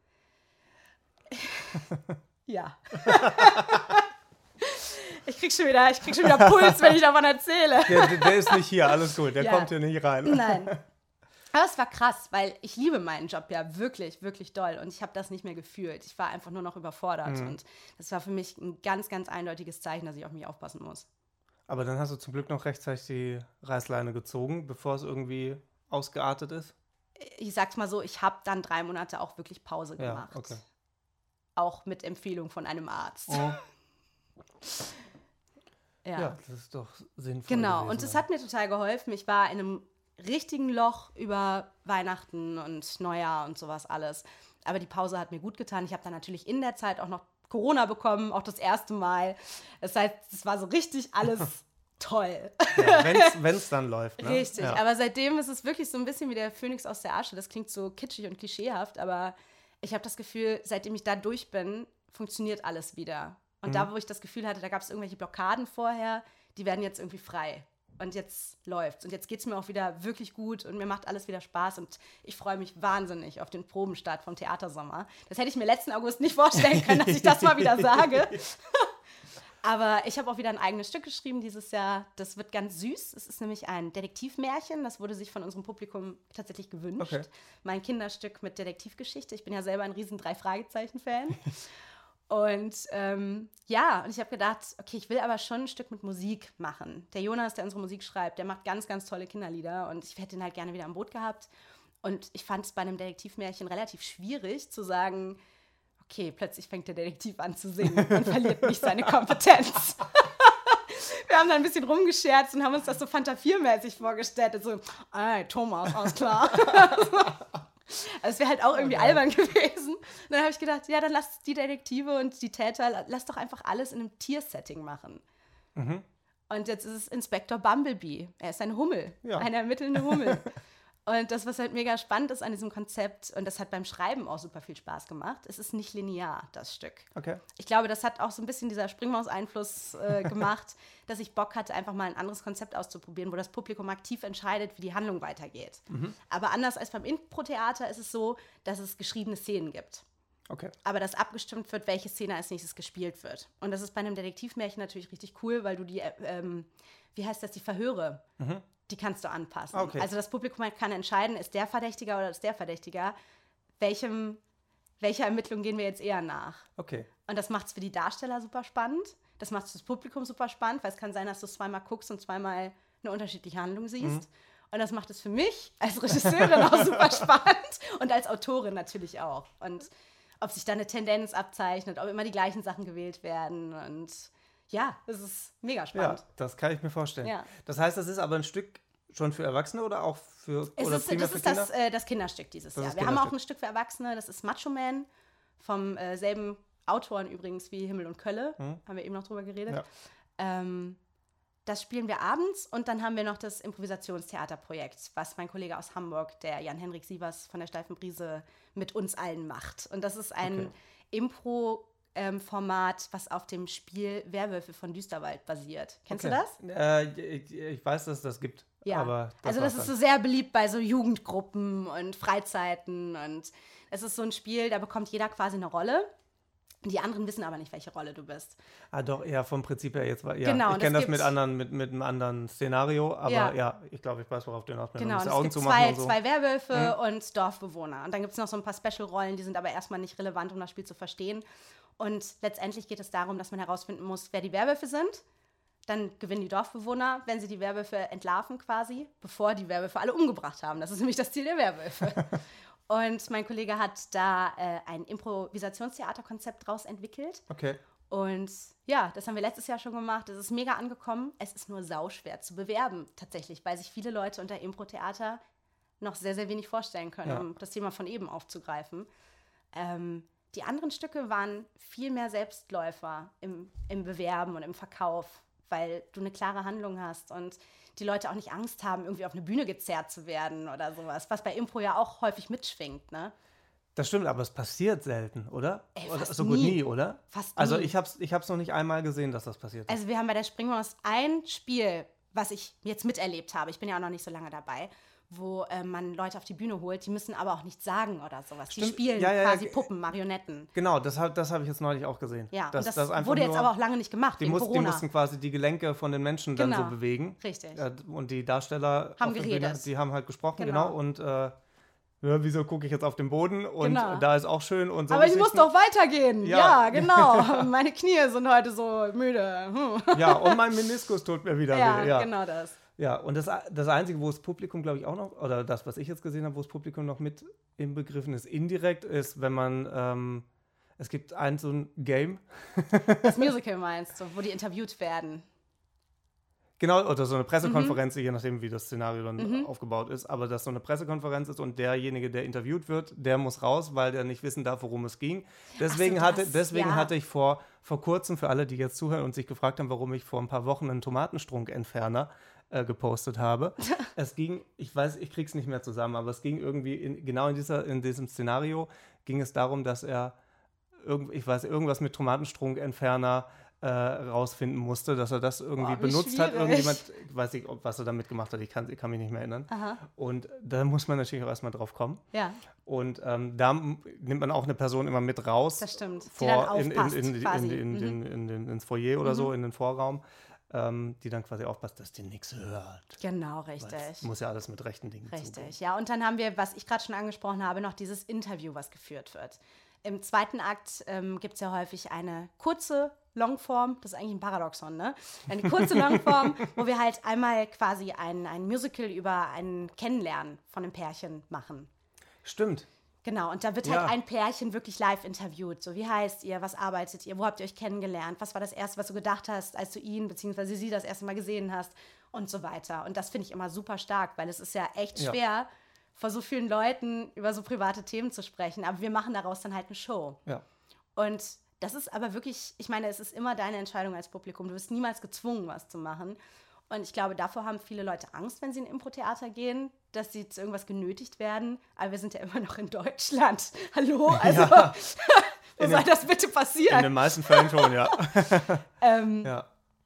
Ja. Ich krieg schon wieder, ich krieg schon wieder Puls, wenn ich davon erzähle. Der, der, der ist nicht hier, alles gut. Der Ja. kommt hier nicht rein. Nein. Aber es war krass, weil ich liebe meinen Job ja wirklich, wirklich doll. Und ich habe das nicht mehr gefühlt. Ich war einfach nur noch überfordert. Mhm. Und das war für mich ein ganz, ganz eindeutiges Zeichen, dass ich auf mich aufpassen muss. Aber dann hast du zum Glück noch rechtzeitig die Reißleine gezogen, bevor es irgendwie ausgeartet ist. Ich sag's mal so, ich habe dann drei Monate auch wirklich Pause Ja, gemacht. okay. Auch mit Empfehlung von einem Arzt. Oh. Ja. Ja, das ist doch sinnvoll. Genau, gewesen, und es ja. hat mir total geholfen. Ich war in einem richtigen Loch über Weihnachten und Neujahr und sowas alles. Aber die Pause hat mir gut getan. Ich habe dann natürlich in der Zeit auch noch Corona bekommen, auch das erste Mal. Das heißt, es war so richtig alles toll. Ja, wenn es dann läuft. Ne? Richtig, Ja. aber seitdem ist es wirklich so ein bisschen wie der Phönix aus der Asche. Das klingt so kitschig und klischeehaft, aber ich habe das Gefühl, seitdem ich da durch bin, funktioniert alles wieder. Und Mhm. da, wo ich das Gefühl hatte, da gab es irgendwelche Blockaden vorher, die werden jetzt irgendwie frei. und jetzt läuft's. Und jetzt geht's mir auch wieder wirklich gut und mir macht alles wieder Spaß und ich freue mich wahnsinnig auf den Probenstart vom Theatersommer. Das hätte ich mir letzten August nicht vorstellen können, dass ich das mal wieder sage. Aber ich habe auch wieder ein eigenes Stück geschrieben dieses Jahr. Das wird ganz süß. Es ist nämlich ein Detektivmärchen. Das wurde sich von unserem Publikum tatsächlich gewünscht. Okay. Mein Kinderstück mit Detektivgeschichte. Ich bin ja selber ein riesen Drei-Fragezeichen-Fan. Und ähm, ja, und ich habe gedacht, okay, ich will aber schon ein Stück mit Musik machen. Der Jonas, der unsere Musik schreibt, der macht ganz, ganz tolle Kinderlieder. Und ich hätte ihn halt gerne wieder am Boot gehabt. Und ich fand es bei einem Detektivmärchen relativ schwierig zu sagen, okay, plötzlich fängt der Detektiv an zu singen und verliert nicht seine Kompetenz. Wir haben da ein bisschen rumgescherzt und haben uns das so Fantafiermäßig vorgestellt. Also, ey, Thomas, alles klar. Also es wäre halt auch irgendwie okay. albern gewesen. Und dann habe ich gedacht, ja, dann lasst die Detektive und die Täter, lasst doch einfach alles in einem Tiersetting machen. Mhm. Und jetzt ist es Inspektor Bumblebee. Er ist ein Hummel, ja. eine ermittelnde Hummel. Und das, was halt mega spannend ist an diesem Konzept, und das hat beim Schreiben auch super viel Spaß gemacht, es ist nicht linear, das Stück. Okay. Ich glaube, das hat auch so ein bisschen dieser Springmaus-Einfluss äh, gemacht, dass ich Bock hatte, einfach mal ein anderes Konzept auszuprobieren, wo das Publikum aktiv entscheidet, wie die Handlung weitergeht. Mhm. Aber anders als beim Impro-Theater ist es so, dass es geschriebene Szenen gibt. Okay. Aber dass abgestimmt wird, welche Szene als nächstes gespielt wird. Und das ist bei einem Detektivmärchen natürlich richtig cool, weil du die, ähm, wie heißt das, die Verhöre, mhm. die kannst du anpassen. Okay. Also das Publikum kann entscheiden, ist der Verdächtiger oder ist der Verdächtiger, welchem, welcher Ermittlung gehen wir jetzt eher nach. Okay. Und das macht es für die Darsteller super spannend, das macht es für das Publikum super spannend, weil es kann sein, dass du es zweimal guckst und zweimal eine unterschiedliche Handlung siehst. Mhm. Und das macht es für mich als Regisseurin auch super spannend und als Autorin natürlich auch. Und ob sich da eine Tendenz abzeichnet, ob immer die gleichen Sachen gewählt werden und ja, es ist mega spannend. Ja, das kann ich mir vorstellen. Ja. Das heißt, das ist aber ein Stück schon für Erwachsene oder auch für es oder ist, primär Das für ist Kinder? das, äh, das Kinderstück dieses das Jahr. Wir haben auch ein Stück für Erwachsene, das ist Macho Man, vom äh, selben Autoren übrigens wie Himmel und Kölle. Hm. Haben wir eben noch drüber geredet. Ja. Ähm, das spielen wir abends und dann haben wir noch das Improvisationstheaterprojekt, was mein Kollege aus Hamburg, der Jan-Henrik Sievers von der Steifen Brise, mit uns allen macht. Und das ist ein okay. Impro- Ähm, Format, was auf dem Spiel Werwölfe von Düsterwald basiert. Kennst okay. du das? Äh, ich, ich weiß, dass es das gibt. Ja, aber das also das ist so sehr beliebt bei so Jugendgruppen und Freizeiten und es ist so ein Spiel, da bekommt jeder quasi eine Rolle. Die anderen wissen aber nicht, welche Rolle du bist. Ah doch, eher vom Prinzip her jetzt. Ja, genau, ich kenne das mit anderen, mit, mit einem anderen Szenario, aber ja, ja ich glaube, ich weiß, worauf du hinaus willst. Genau, Augen es gibt zu zwei, und so. zwei Werwölfe mhm. und Dorfbewohner. Und dann gibt es noch so ein paar Special-Rollen, die sind aber erstmal nicht relevant, um das Spiel zu verstehen. Und letztendlich geht es darum, dass man herausfinden muss, wer die Werwölfe sind. Dann gewinnen die Dorfbewohner, wenn sie die Werwölfe entlarven quasi, bevor die Werwölfe alle umgebracht haben. Das ist nämlich das Ziel der Werwölfe. Und mein Kollege hat da äh, ein Improvisationstheaterkonzept draus entwickelt. Okay. Und ja, das haben wir letztes Jahr schon gemacht. Es ist mega angekommen. Es ist nur sauschwer zu bewerben, tatsächlich, weil sich viele Leute unter Impro-Theater noch sehr, sehr wenig vorstellen können, ja. um das Thema von eben aufzugreifen. Ähm, die anderen Stücke waren viel mehr Selbstläufer im, im Bewerben und im Verkauf, weil du eine klare Handlung hast und die Leute auch nicht Angst haben, irgendwie auf eine Bühne gezerrt zu werden oder sowas, was bei Impro ja auch häufig mitschwingt, ne? Das stimmt, aber es passiert selten, oder? Ey, oder fast so gut nie. nie, oder? Fast also nie. ich hab's, ich hab's noch nicht einmal gesehen, dass das passiert ist. Also wir haben bei der Springmaus ein Spiel, was ich jetzt miterlebt habe, ich bin ja auch noch nicht so lange dabei, wo äh, man Leute auf die Bühne holt, die müssen aber auch nichts sagen oder sowas. Stimmt. Die spielen ja, ja, quasi ja. Puppen, Marionetten. Genau, das, das habe ich jetzt neulich auch gesehen. Ja, das, und das, das wurde jetzt aber auch lange nicht gemacht, die, wegen muss, Corona. die mussten quasi die Gelenke von den Menschen genau. dann so bewegen. Richtig. Äh, und die Darsteller haben auf der geredet. Bühne, die haben halt gesprochen, genau. genau. Und äh, ja, wieso gucke ich jetzt auf den Boden? Und genau. da ist auch schön und so. Aber ich muss doch weitergehen. Ja, ja genau. Meine Knie sind heute so müde. Hm. Ja, und mein Meniskus tut mir wieder ja, weh. Ja, genau das. Ja, und das, das Einzige, wo das Publikum, glaube ich, auch noch, oder das, was ich jetzt gesehen habe, wo das Publikum noch mit inbegriffen ist, indirekt, ist, wenn man, ähm, es gibt ein so ein Game. Das Musical meinst du, wo die interviewt werden. Genau, oder so eine Pressekonferenz, mhm. je nachdem, wie das Szenario dann mhm. aufgebaut ist, aber dass so eine Pressekonferenz ist und derjenige, der interviewt wird, der muss raus, weil der nicht wissen darf, worum es ging. Deswegen, so, hatte, das, deswegen ja. hatte ich vor, vor kurzem, für alle, die jetzt zuhören und sich gefragt haben, warum ich vor ein paar Wochen einen Tomatenstrunkentferner äh, gepostet habe. Es ging, ich weiß, ich krieg's nicht mehr zusammen, aber es ging irgendwie, in, genau in, dieser, in diesem Szenario ging es darum, dass er, irgend, ich weiß, irgendwas mit Tomatenstrunkentferner äh, rausfinden musste, dass er das irgendwie Boah, wie benutzt hat. schwierig. Irgendjemand, weiß ich, ob- was er damit gemacht hat, ich kann, ich kann mich nicht mehr erinnern. Aha. Und da muss man natürlich auch erstmal drauf kommen. Ja, Und ähm, da m- nimmt man auch eine Person immer mit raus. das stimmt. Die vor, dann in, in, aufpasst, in, in, quasi. in, in, Mhm. in, in, in, ins Foyer oder so, in den Vorraum, ähm, die dann quasi aufpasst, dass die nichts hört. Genau, Weil es richtig. muss ja alles mit rechten Dingen zugehen. Richtig, ja. Und dann haben wir, was ich gerade schon angesprochen habe, noch dieses Interview, was geführt wird. Im zweiten Akt ähm, gibt es ja häufig eine kurze Longform, das ist eigentlich ein Paradoxon, ne? Eine kurze Longform, wo wir halt einmal quasi ein, ein Musical über ein Kennenlernen von einem Pärchen machen. Stimmt. Genau, und da wird Ja. halt ein Pärchen wirklich live interviewt. So, wie heißt ihr, was arbeitet ihr, wo habt ihr euch kennengelernt, was war das Erste, was du gedacht hast, als du ihn bzw. sie das erste Mal gesehen hast und so weiter. Und das finde ich immer super stark, weil es ist ja echt Ja. schwer, vor so vielen Leuten über so private Themen zu sprechen. Aber wir machen daraus dann halt eine Show. Ja. Und das ist aber wirklich, ich meine, es ist immer deine Entscheidung als Publikum. Du wirst niemals gezwungen, was zu machen. Und ich glaube, davor haben viele Leute Angst, wenn sie in ein Impro-Theater gehen, dass sie zu irgendwas genötigt werden. Aber wir sind ja immer noch in Deutschland. Hallo? Also, Ja. wo In soll den- das bitte In passieren? den meisten Fällen schon, ja. Ähm, ja.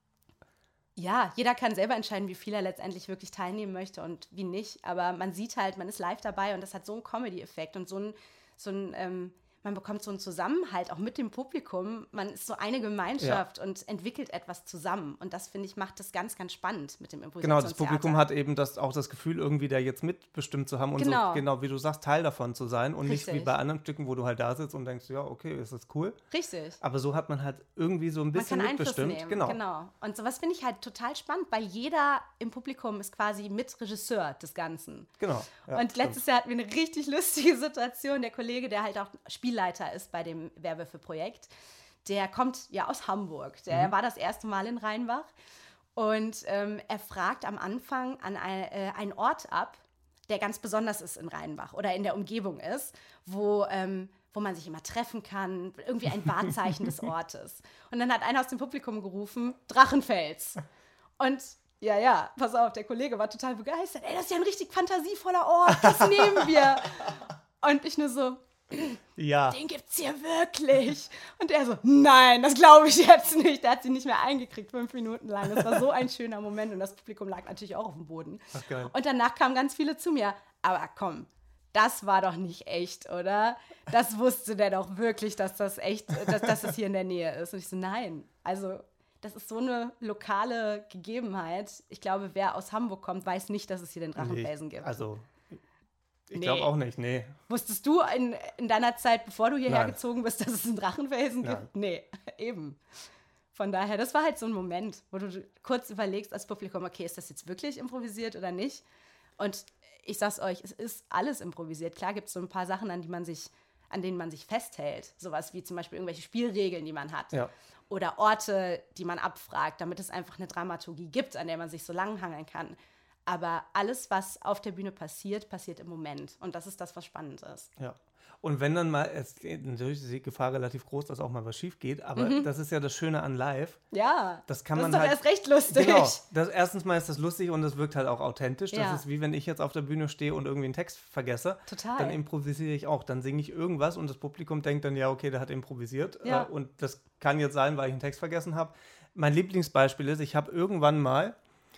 ja, jeder kann selber entscheiden, wie viel er letztendlich wirklich teilnehmen möchte und wie nicht. Aber man sieht halt, man ist live dabei und das hat so einen Comedy-Effekt und so ein, so ein ähm, man bekommt so einen Zusammenhalt auch mit dem Publikum. Man ist so eine Gemeinschaft und entwickelt etwas zusammen. Und das, finde ich, macht das ganz, ganz spannend mit dem Genau, Improvisationstheater. das Publikum hat eben das, auch das Gefühl, irgendwie da jetzt mitbestimmt zu haben und Genau. so, genau wie du sagst, Teil davon zu sein und nicht Richtig. wie bei anderen Stücken, wo du halt da sitzt und denkst, ja, okay, ist das cool. Richtig. Aber so hat man halt irgendwie so ein Man bisschen kann Einfluss mitbestimmt. nehmen. Genau. genau. Und sowas finde ich halt total spannend, weil jeder im Publikum ist quasi Mitregisseur des Ganzen. Genau. Ja, und stimmt. letztes Jahr hatten wir eine richtig lustige Situation. Der Kollege, der halt auch Spielleiter ist bei dem Werwölfe-Projekt, der kommt ja aus Hamburg. Der Mhm. war das erste Mal in Rheinbach. Und ähm, er fragt am Anfang an ein, äh, einen Ort ab, der ganz besonders ist in Rheinbach oder in der Umgebung ist, wo, ähm, wo man sich immer treffen kann, irgendwie ein Wahrzeichen des Ortes. Und dann hat einer aus dem Publikum gerufen, Drachenfels. Und ja, ja, pass auf, der Kollege war total begeistert. Ey, das ist ja ein richtig fantasievoller Ort, das nehmen wir. Und ich nur so, Ja. den gibt's hier wirklich. Und er so, nein, das glaube ich jetzt nicht. Der hat sie nicht mehr eingekriegt, fünf Minuten lang. Das war so ein schöner Moment und das Publikum lag natürlich auch auf dem Boden. Ach, geil. Und danach kamen ganz viele zu mir. Aber komm, das war doch nicht echt, oder? Das wusste der doch wirklich, dass das echt, dass, dass das hier in der Nähe ist. Und ich so, nein. Also, das ist so eine lokale Gegebenheit. Ich glaube, wer aus Hamburg kommt, weiß nicht, dass es hier den Drachenfelsen Nee, gibt. also, ich Nee. glaube auch nicht, nee. Wusstest du in, in deiner Zeit, bevor du hierher Nein. gezogen bist, dass es einen Drachenfelsen Nein. gibt? Nee, eben. Von daher, das war halt so ein Moment, wo du kurz überlegst als Publikum, okay, ist das jetzt wirklich improvisiert oder nicht? Und ich sag's euch, es ist alles improvisiert. Klar gibt es so ein paar Sachen, an die man sich, an denen man sich festhält. Sowas wie zum Beispiel irgendwelche Spielregeln, die man hat. Ja. Oder Orte, die man abfragt, damit es einfach eine Dramaturgie gibt, an der man sich so langhangeln kann. Aber alles, was auf der Bühne passiert, passiert im Moment. Und das ist das, was spannend ist. Ja. Und wenn dann mal, es geht, natürlich ist die Gefahr relativ groß, dass auch mal was schief geht, aber das ist ja das Schöne an live. Ja, Das kann das man ist doch halt, erst recht lustig. Genau. Das, erstens mal ist das lustig und das wirkt halt auch authentisch. Das Ja. ist wie wenn ich jetzt auf der Bühne stehe und irgendwie einen Text vergesse. Total. Dann improvisiere ich auch. Dann singe ich irgendwas und das Publikum denkt dann, ja, okay, der hat improvisiert. Ja. Äh, und das kann jetzt sein, weil ich einen Text vergessen habe. Mein Lieblingsbeispiel ist, ich habe irgendwann mal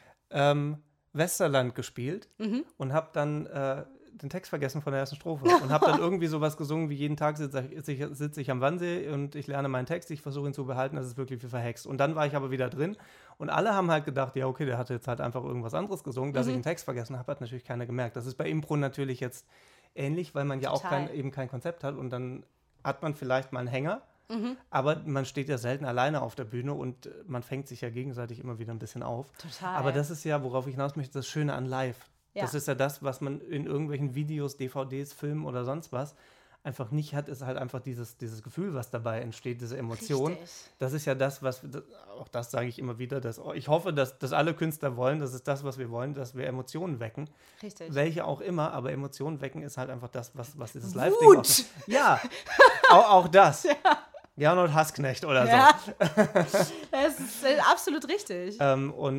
ähm, Westerland gespielt Mhm. und habe dann äh, den Text vergessen von der ersten Strophe und habe dann irgendwie sowas gesungen wie jeden Tag sitze ich, sitz ich am Wannsee und ich lerne meinen Text, ich versuche ihn zu behalten, das ist wirklich wie verhext. Und dann war ich aber wieder drin und alle haben halt gedacht, ja okay, der hat jetzt halt einfach irgendwas anderes gesungen, dass Mhm. ich einen Text vergessen habe, hat natürlich keiner gemerkt. Das ist bei Impro natürlich jetzt ähnlich, weil man ja auch Total. kein, eben kein Konzept hat und dann hat man vielleicht mal einen Hänger, Mhm. aber man steht ja selten alleine auf der Bühne und äh, man fängt sich ja gegenseitig immer wieder ein bisschen auf. Total. Aber das ist ja, worauf ich hinaus möchte, das Schöne an Live. Ja. Das ist ja das, was man in irgendwelchen Videos, D V Ds, Filmen oder sonst was einfach nicht hat, ist halt einfach dieses, dieses Gefühl, was dabei entsteht, diese Emotion. Richtig. Das ist ja das, was, das, auch das sage ich immer wieder, dass, ich hoffe, dass, dass alle Künstler wollen, das ist das, was wir wollen, dass wir Emotionen wecken. Richtig. Welche auch immer, aber Emotionen wecken ist halt einfach das, was, was dieses Wut! Live-Ding auch Ja, auch, auch das. Ja. Gernot Hassknecht oder so. Ja. Das ist äh, absolut richtig. Ähm, und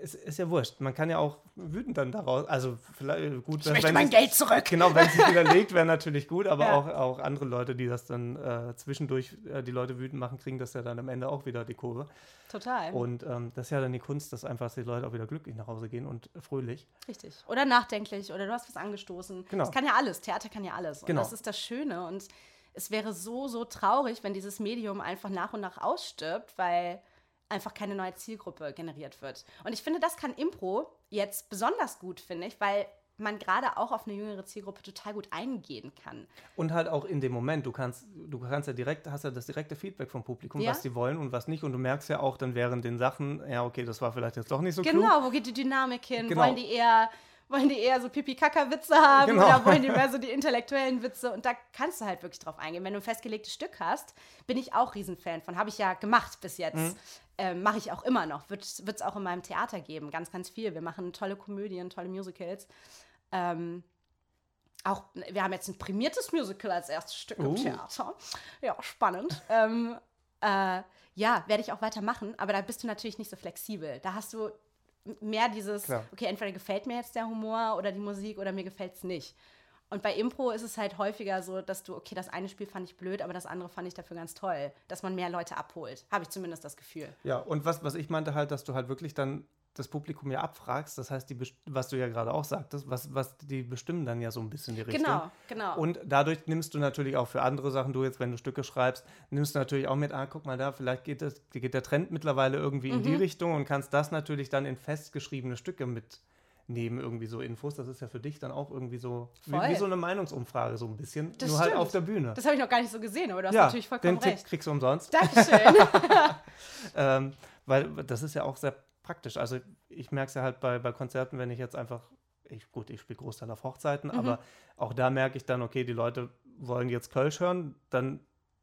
es ist ja wurscht. Man kann ja auch wütend dann daraus, also vielleicht gut, Ich wenn, möchte wenn mein es- Geld zurück. Genau, wenn es sich widerlegt, wäre natürlich gut, aber Ja. auch, auch andere Leute, die das dann äh, zwischendurch äh, die Leute wütend machen, kriegen das ja dann am Ende auch wieder die Kurve. Total. Und ähm, das ist ja dann die Kunst, dass einfach die Leute auch wieder glücklich nach Hause gehen und fröhlich. Richtig. Oder nachdenklich oder du hast was angestoßen. Genau. Das kann ja alles. Theater kann ja alles. Und Genau. das ist das Schöne. Und es wäre so, so traurig, wenn dieses Medium einfach nach und nach ausstirbt, weil einfach keine neue Zielgruppe generiert wird. Und ich finde, das kann Impro jetzt besonders gut, finde ich, weil man gerade auch auf eine jüngere Zielgruppe total gut eingehen kann. Und halt auch in dem Moment, du kannst, du kannst ja direkt, hast ja das direkte Feedback vom Publikum, Ja. was die wollen und was nicht. Und du merkst ja auch dann während den Sachen, ja, okay, das war vielleicht jetzt doch nicht so klug. Genau, wo geht die Dynamik hin? Genau. Wollen die eher, wollen die eher so Pipi-Kaka-Witze haben Genau. oder wollen die mehr so die intellektuellen Witze? Und da kannst du halt wirklich drauf eingehen. Wenn du ein festgelegtes Stück hast, bin ich auch Riesenfan von. Habe ich ja gemacht bis jetzt. Mhm. Ähm, Mache ich auch immer noch. Wird es auch in meinem Theater geben. Ganz, ganz viel. Wir machen tolle Komödien, tolle Musicals. Ähm, auch, wir haben jetzt ein prämiertes Musical als erstes Stück im Uh. Theater. Ja, spannend. ähm, äh, ja, werde ich auch weitermachen, aber da bist du natürlich nicht so flexibel. Da hast du mehr dieses, Klar. okay, entweder gefällt mir jetzt der Humor oder die Musik oder mir gefällt es nicht. Und bei Impro ist es halt häufiger so, dass du, okay, das eine Spiel fand ich blöd, aber das andere fand ich dafür ganz toll. Dass man mehr Leute abholt. Habe ich zumindest das Gefühl. Ja, und was, was ich meinte halt, dass du halt wirklich dann das Publikum ja abfragst, das heißt, die, best- was du ja gerade auch sagtest, was, was die bestimmen dann ja so ein bisschen die Richtung. Genau, genau. Und dadurch nimmst du natürlich auch für andere Sachen, du jetzt, wenn du Stücke schreibst, nimmst du natürlich auch mit, ah, guck mal da, vielleicht geht, das, geht der Trend mittlerweile irgendwie in Mhm. die Richtung und kannst das natürlich dann in festgeschriebene Stücke mitnehmen, irgendwie so Infos. Das ist ja für dich dann auch irgendwie so, wie, Voll. wie so eine Meinungsumfrage so ein bisschen, Das nur halt stimmt. auf der Bühne. Das habe ich noch gar nicht so gesehen, aber du hast ja, natürlich vollkommen den Tipp recht. kriegst du umsonst. Dankeschön. Ähm, weil das ist ja auch sehr praktisch. Also ich merke es ja halt bei, bei Konzerten, wenn ich jetzt einfach, ich, gut, ich spiele Großteil auf Hochzeiten, Mhm. aber auch da merke ich dann, okay, die Leute wollen jetzt Kölsch hören, dann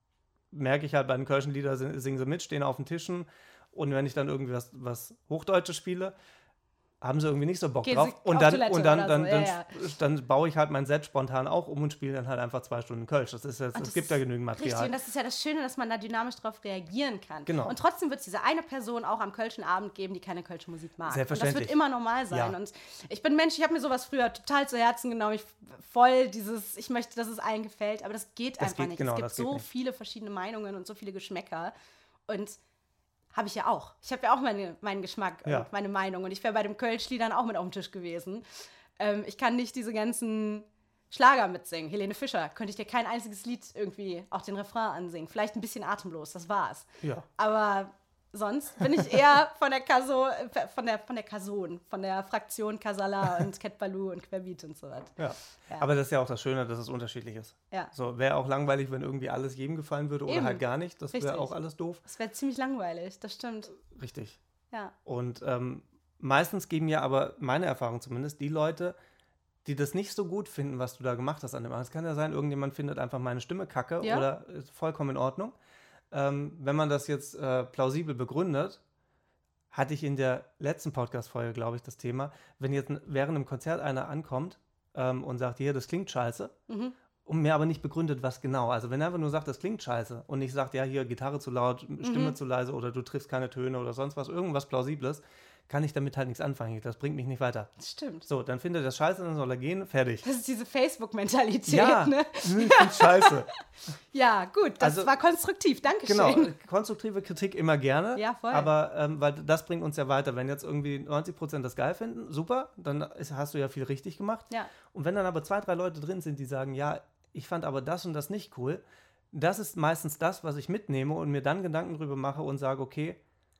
merke ich halt bei den Kölschen Lieder sing- singen sie mit, stehen auf den Tischen und wenn ich dann irgendwie was, was Hochdeutsches spiele, haben sie irgendwie nicht so Bock Gehen drauf. sie Und auf dann, Toilette und dann, oder dann, so, dann, ja, dann baue ich halt mein Set spontan auch um und spiele dann halt einfach zwei Stunden Kölsch. Das ist jetzt, Und es das gibt ja ist genügend Richtig, Material. und das ist ja das Schöne, dass man da dynamisch drauf reagieren kann. Genau. Und trotzdem wird es diese eine Person auch am Kölschen Abend geben, die keine Kölsche Musik mag. Und das Selbstverständlich. wird immer normal sein. Ja. Und ich bin Mensch, ich habe mir sowas früher total zu Herzen genommen. Ich voll dieses, ich möchte, dass es allen gefällt, aber das geht Das einfach geht- nicht. genau, es gibt das geht so nicht. viele verschiedene Meinungen und so viele Geschmäcker. Und habe ich ja auch. Ich habe ja auch meine, meinen Geschmack Ja. und meine Meinung. Und ich wäre bei dem Kölsch-Liedern auch mit auf dem Tisch gewesen. Ähm, ich kann nicht diese ganzen Schlager mitsingen. Helene Fischer, könnte ich dir kein einziges Lied irgendwie, auch den Refrain ansingen. Vielleicht ein bisschen atemlos, das war's. Ja. Aber sonst bin ich eher von der Kaso, äh, von der, von der Kason, von der Fraktion Kasala und Cat Baloo und Querbeat und so was. Ja. Ja. Aber das ist ja auch das Schöne, dass es unterschiedlich ist. Ja. So, wäre auch langweilig, wenn irgendwie alles jedem gefallen würde oder Eben. halt gar nicht. Das wäre Richtig. auch alles doof. Das wäre ziemlich langweilig, das stimmt. Richtig. Ja. Und ähm, meistens geben ja aber, meine Erfahrung zumindest, die Leute, die das nicht so gut finden, was du da gemacht hast an dem Abend. Es kann ja sein, irgendjemand findet einfach meine Stimme kacke Ja. oder ist vollkommen in Ordnung. Ähm, wenn man das jetzt äh, plausibel begründet, hatte ich in der letzten Podcast-Folge, glaube ich, das Thema, wenn jetzt n- während einem Konzert einer ankommt ähm, und sagt, hier, das klingt scheiße, Mhm. und mir aber nicht begründet, was genau. Also wenn er einfach nur sagt, das klingt scheiße und nicht sagt, ja, hier, Gitarre zu laut, Stimme Mhm. zu leise oder du triffst keine Töne oder sonst was, irgendwas Plausibles, kann ich damit halt nichts anfangen. Das bringt mich nicht weiter. Das stimmt. So, dann findet er das scheiße, dann soll er gehen, fertig. Das ist diese Facebook-Mentalität, Ja, ne? ich find's scheiße. Ja, gut, das Also- war konstruktiv, Dankeschön. Genau, konstruktive Kritik immer gerne. Ja, voll. Aber ähm, weil das bringt uns ja weiter. Wenn jetzt irgendwie neunzig Prozent das geil finden, super, dann ist, hast du ja viel richtig gemacht. Ja. Und wenn dann aber zwei, drei Leute drin sind, die sagen, ja, ich fand aber das und das nicht cool, das ist meistens das, was ich mitnehme und mir dann Gedanken drüber mache und sage, okay,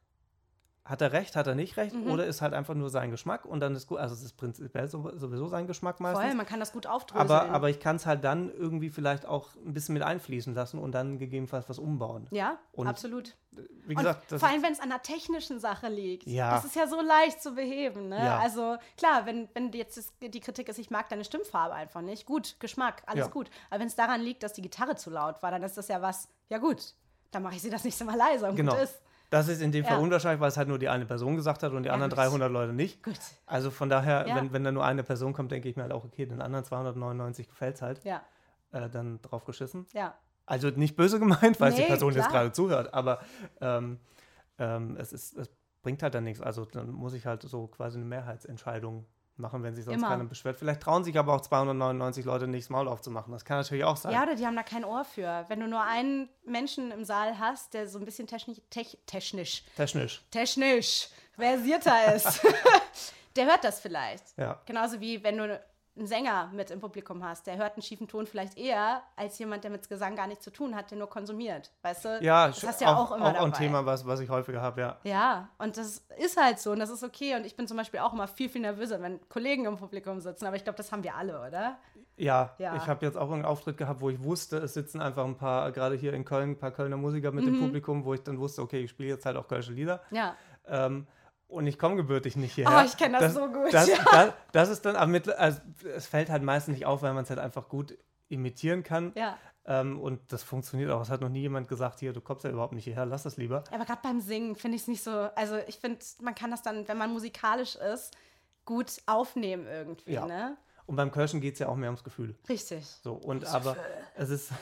hat er recht, hat er nicht recht Mhm. oder ist halt einfach nur sein Geschmack und dann ist gut, also es ist prinzipiell so- sowieso sein Geschmack meistens. Voll, man kann das gut aufdröseln. Aber, aber ich kann es halt dann irgendwie vielleicht auch ein bisschen mit einfließen lassen und dann gegebenenfalls was umbauen. ja, Und absolut. Wie Und gesagt, das vor allem, wenn es an einer technischen Sache liegt. Ja. Das ist ja so leicht zu beheben. Ne? Ja. Also klar, wenn, wenn jetzt das, die Kritik ist, ich mag deine Stimmfarbe einfach nicht. Gut, Geschmack, alles Ja. gut. Aber wenn es daran liegt, dass die Gitarre zu laut war, dann ist das ja was, ja gut, dann mache ich sie das nächste Mal leiser und genau. gut ist. Das ist in dem Fall Ja. unwahrscheinlich, weil es halt nur die eine Person gesagt hat und die Ja, anderen gut. dreihundert Leute nicht. Gut, Also von daher, Ja. wenn, wenn da nur eine Person kommt, denke ich mir halt auch, okay, den anderen zweihundertneunundneunzig gefällt es halt. ja, Äh, dann drauf geschissen. ja. Also nicht böse gemeint, weil Nee, die Person jetzt klar. gerade zuhört, aber ähm, ähm, es ist, es bringt halt dann nichts. Also dann muss ich halt so quasi eine Mehrheitsentscheidung machen, wenn sich sonst Immer. keiner beschwert. Vielleicht trauen sich aber auch zweihundertneunundneunzig Leute nicht, das Maul aufzumachen. Das kann natürlich auch sein. Ja, oder die haben da kein Ohr für. Wenn du nur einen Menschen im Saal hast, der so ein bisschen technisch, tech, technisch, Technisch. technisch versierter ist, der hört das vielleicht. Ja. Genauso wie wenn du einen Sänger mit im Publikum hast, der hört einen schiefen Ton vielleicht eher als jemand, der mit Gesang gar nichts zu tun hat, der nur konsumiert. Weißt du? Ja, das hast du ja auch, auch immer auch dabei. ein Thema, was, was ich häufiger habe, ja. Ja, und das ist halt so und das ist okay. Und ich bin zum Beispiel auch immer viel, viel nervöser, wenn Kollegen im Publikum sitzen. Aber ich glaube, das haben wir alle, oder? Ja, Ja. ich habe jetzt auch einen Auftritt gehabt, wo ich wusste, es sitzen einfach ein paar, gerade hier in Köln, ein paar Kölner Musiker mit Mhm. dem Publikum, wo ich dann wusste, okay, ich spiele jetzt halt auch kölsche Lieder. Ja. Ähm, und ich komme gebürtig nicht hierher. Oh, ich kenne das, das so gut. Das, ja. das, das ist dann, aber mit, also, es fällt halt meistens nicht auf, weil man es halt einfach gut imitieren kann. Ja. Ähm, und das funktioniert auch. Es hat noch nie jemand gesagt, hier, du kommst ja überhaupt nicht hierher, lass das lieber. Aber gerade beim Singen finde ich es nicht so, also ich finde, man kann das dann, wenn man musikalisch ist, gut aufnehmen irgendwie, Ja. ne? Und beim Kölschen geht es ja auch mehr ums Gefühl. Richtig. So, und aber es ist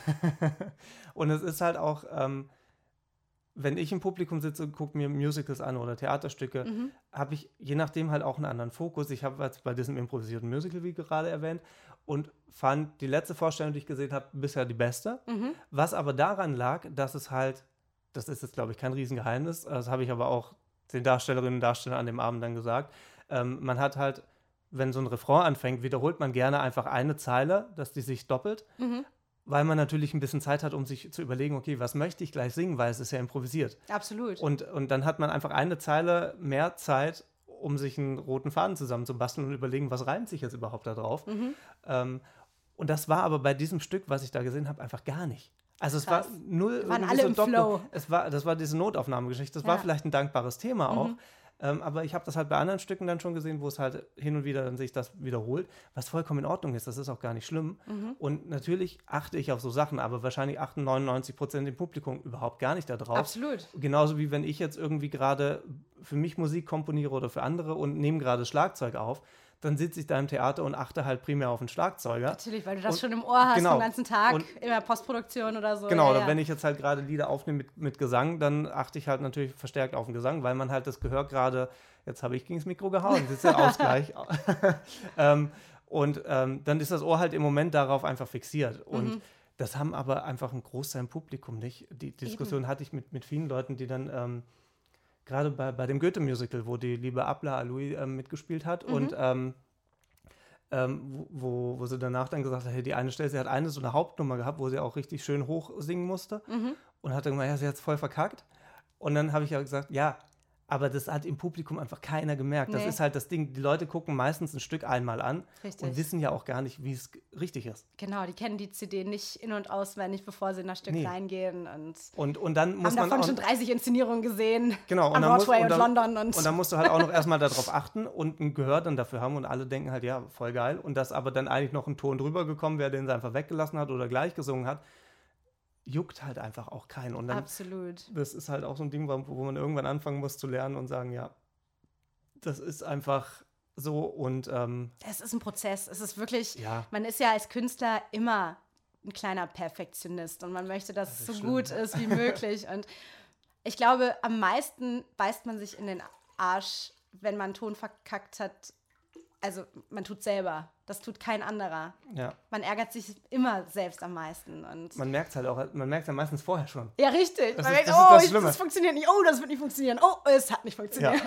und es ist halt auch, ähm, wenn ich im Publikum sitze und gucke mir Musicals an oder Theaterstücke, Mhm. habe ich je nachdem halt auch einen anderen Fokus. Ich habe jetzt bei diesem improvisierten Musical, wie gerade erwähnt, und fand die letzte Vorstellung, die ich gesehen habe, bisher die beste. Mhm. Was aber daran lag, dass es halt, das ist jetzt, glaube ich, kein Riesengeheimnis, das habe ich aber auch den Darstellerinnen und Darstellern an dem Abend dann gesagt, ähm, man hat halt, wenn so ein Refrain anfängt, wiederholt man gerne einfach eine Zeile, dass die sich doppelt, Mhm. weil man natürlich ein bisschen Zeit hat, um sich zu überlegen, okay, was möchte ich gleich singen, weil es ist ja improvisiert. Absolut. Und, und dann hat man einfach eine Zeile mehr Zeit, um sich einen roten Faden zusammenzubasteln und überlegen, was reimt sich jetzt überhaupt da drauf. Mhm. Ähm, und das war aber bei diesem Stück, was ich da gesehen habe, einfach gar nicht. Also es Krass. war null. Wir waren irgendwie alle im Doppel- Flow. Es war, das war diese Notaufnahmegeschichte. Das Ja. war vielleicht ein dankbares Thema auch. Mhm. Ähm, aber ich habe das halt bei anderen Stücken dann schon gesehen, wo es halt hin und wieder dann sich das wiederholt, was vollkommen in Ordnung ist. Das ist auch gar nicht schlimm. Mhm. Und natürlich achte ich auf so Sachen, aber wahrscheinlich achten neunundneunzig Prozent im Publikum überhaupt gar nicht darauf. Absolut. Genauso wie wenn ich jetzt irgendwie gerade für mich Musik komponiere oder für andere und nehme gerade Schlagzeug auf, dann sitze ich da im Theater und achte halt primär auf den Schlagzeuger. Natürlich, weil du das Und- schon im Ohr hast genau. den ganzen Tag Und- in der Postproduktion oder so. Genau, ja, oder ja. wenn ich jetzt halt gerade Lieder aufnehme mit, mit Gesang, dann achte ich halt natürlich verstärkt auf den Gesang, weil man halt das Gehör gerade, jetzt habe ich gegen das Mikro gehauen, das ist der Ausgleich. ähm, und ähm, dann ist das Ohr halt im Moment darauf einfach fixiert. Und Mhm. das haben aber einfach ein Großteil im Publikum nicht. Die Diskussion hatte ich mit, mit vielen Leuten, die dann ähm, gerade bei, bei dem Goethe-Musical, wo die liebe Abla Aloui ähm, mitgespielt hat Mhm. und ähm, ähm, wo, wo sie danach dann gesagt hat, hey, die eine Stelle, sie hat eine so eine Hauptnummer gehabt, wo sie auch richtig schön hoch singen musste Mhm. und hat dann gesagt, ja, sie hat es voll verkackt. Und dann habe ich ja gesagt, ja, aber das hat im Publikum einfach keiner gemerkt. Das Nee. ist halt das Ding, die Leute gucken meistens ein Stück einmal an Richtig. und wissen ja auch gar nicht, wie es g- richtig ist. Genau, die kennen die C D nicht in- und auswendig, bevor sie in das Stück Nee. reingehen und Und, und dann muss haben man davon auch, schon dreißig Inszenierungen gesehen. genau, und am dann, muss, Broadway und, und, dann, London. Und, und dann musst du halt auch noch erstmal darauf achten und ein Gehör dann dafür haben und alle denken halt, ja, voll geil. Und dass aber dann eigentlich noch ein Ton drüber gekommen wäre, den sie einfach weggelassen hat oder gleich gesungen hat, juckt halt einfach auch keinen. Und dann, Absolut. das ist halt auch so ein Ding, wo, wo man irgendwann anfangen muss zu lernen und sagen, ja, das ist einfach so und ähm, Es ist ein Prozess. Es ist wirklich, ja, man ist ja als Künstler immer ein kleiner Perfektionist und man möchte, dass Das es ist so schlimm, gut ja. ist wie möglich. Und ich glaube, am meisten beißt man sich in den Arsch, wenn man einen Ton verkackt hat. Also man tut selber. Das tut kein anderer. ja. Man ärgert sich immer selbst am meisten. Und Man merkt es halt auch, man merkt es ja meistens vorher schon. ja, richtig. Das man ist- denkt, das ist oh, das ich, Schlimme. das funktioniert nicht. Oh, das wird nicht funktionieren. Oh, es hat nicht funktioniert.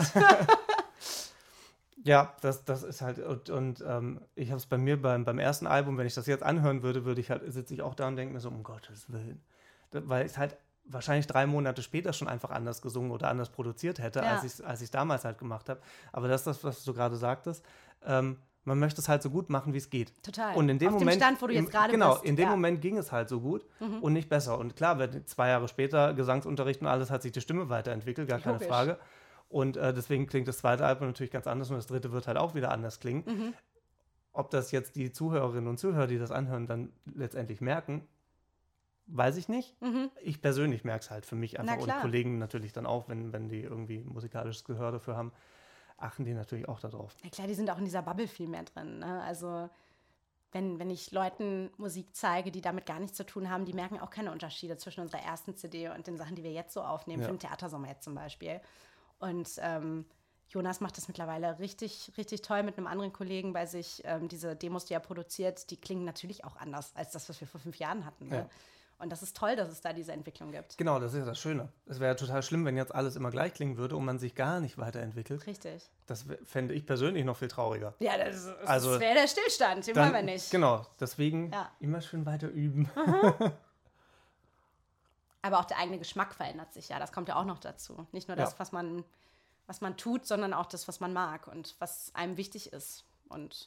Ja, das, das ist halt, und, und ähm, ich habe es bei mir beim, beim ersten Album, wenn ich das jetzt anhören würde, würde ich halt, sitze ich auch da und denke mir so, um Gottes Willen. Da, weil ich halt wahrscheinlich drei Monate später schon einfach anders gesungen oder anders produziert hätte, Ja. als ich es als ich's damals halt gemacht habe. Aber das ist das, was du gerade sagtest. Ähm, man möchte es halt so gut machen, wie es geht. Total. Und in dem Auf Moment, dem Stand, wo du im- jetzt gerade genau, bist. in dem ja. Moment ging es halt so gut Mhm. und nicht besser. Und klar, wenn zwei Jahre später Gesangsunterricht und alles hat sich die Stimme weiterentwickelt, gar keine Logisch. Frage. Und äh, deswegen klingt das zweite Album natürlich ganz anders und das dritte wird halt auch wieder anders klingen. Mhm. Ob das jetzt die Zuhörerinnen und Zuhörer, die das anhören, dann letztendlich merken, weiß ich nicht. Mhm. Ich persönlich merke es halt für mich einfach Na und klar. Kollegen natürlich dann auch, wenn, wenn die irgendwie musikalisches Gehör dafür haben, achten die natürlich auch darauf. Ja klar, die sind auch in dieser Bubble viel mehr drin. Ne? Also wenn, wenn ich Leuten Musik zeige, die damit gar nichts zu tun haben, die merken auch keine Unterschiede zwischen unserer ersten C D und den Sachen, die wir jetzt so aufnehmen, Ja. für den Theatersommer jetzt zum Beispiel. Und ähm, Jonas macht das mittlerweile richtig, richtig toll mit einem anderen Kollegen bei sich. Ähm, diese Demos, die er produziert, die klingen natürlich auch anders als das, was wir vor fünf Jahren hatten. Ne? Ja. Und das ist toll, dass es da diese Entwicklung gibt. Genau, das ist ja das Schöne. Es wäre ja total schlimm, wenn jetzt alles immer gleich klingen würde und man sich gar nicht weiterentwickelt. Richtig. Das fände ich persönlich noch viel trauriger. Ja, das, das Also, wäre der Stillstand, den Dann, wollen wir nicht. Genau, deswegen Ja. immer schön weiter üben. Aber auch der eigene Geschmack verändert sich ja, das kommt ja auch noch dazu. Nicht nur das, Ja. was man, was man tut, sondern auch das, was man mag und was einem wichtig ist. Und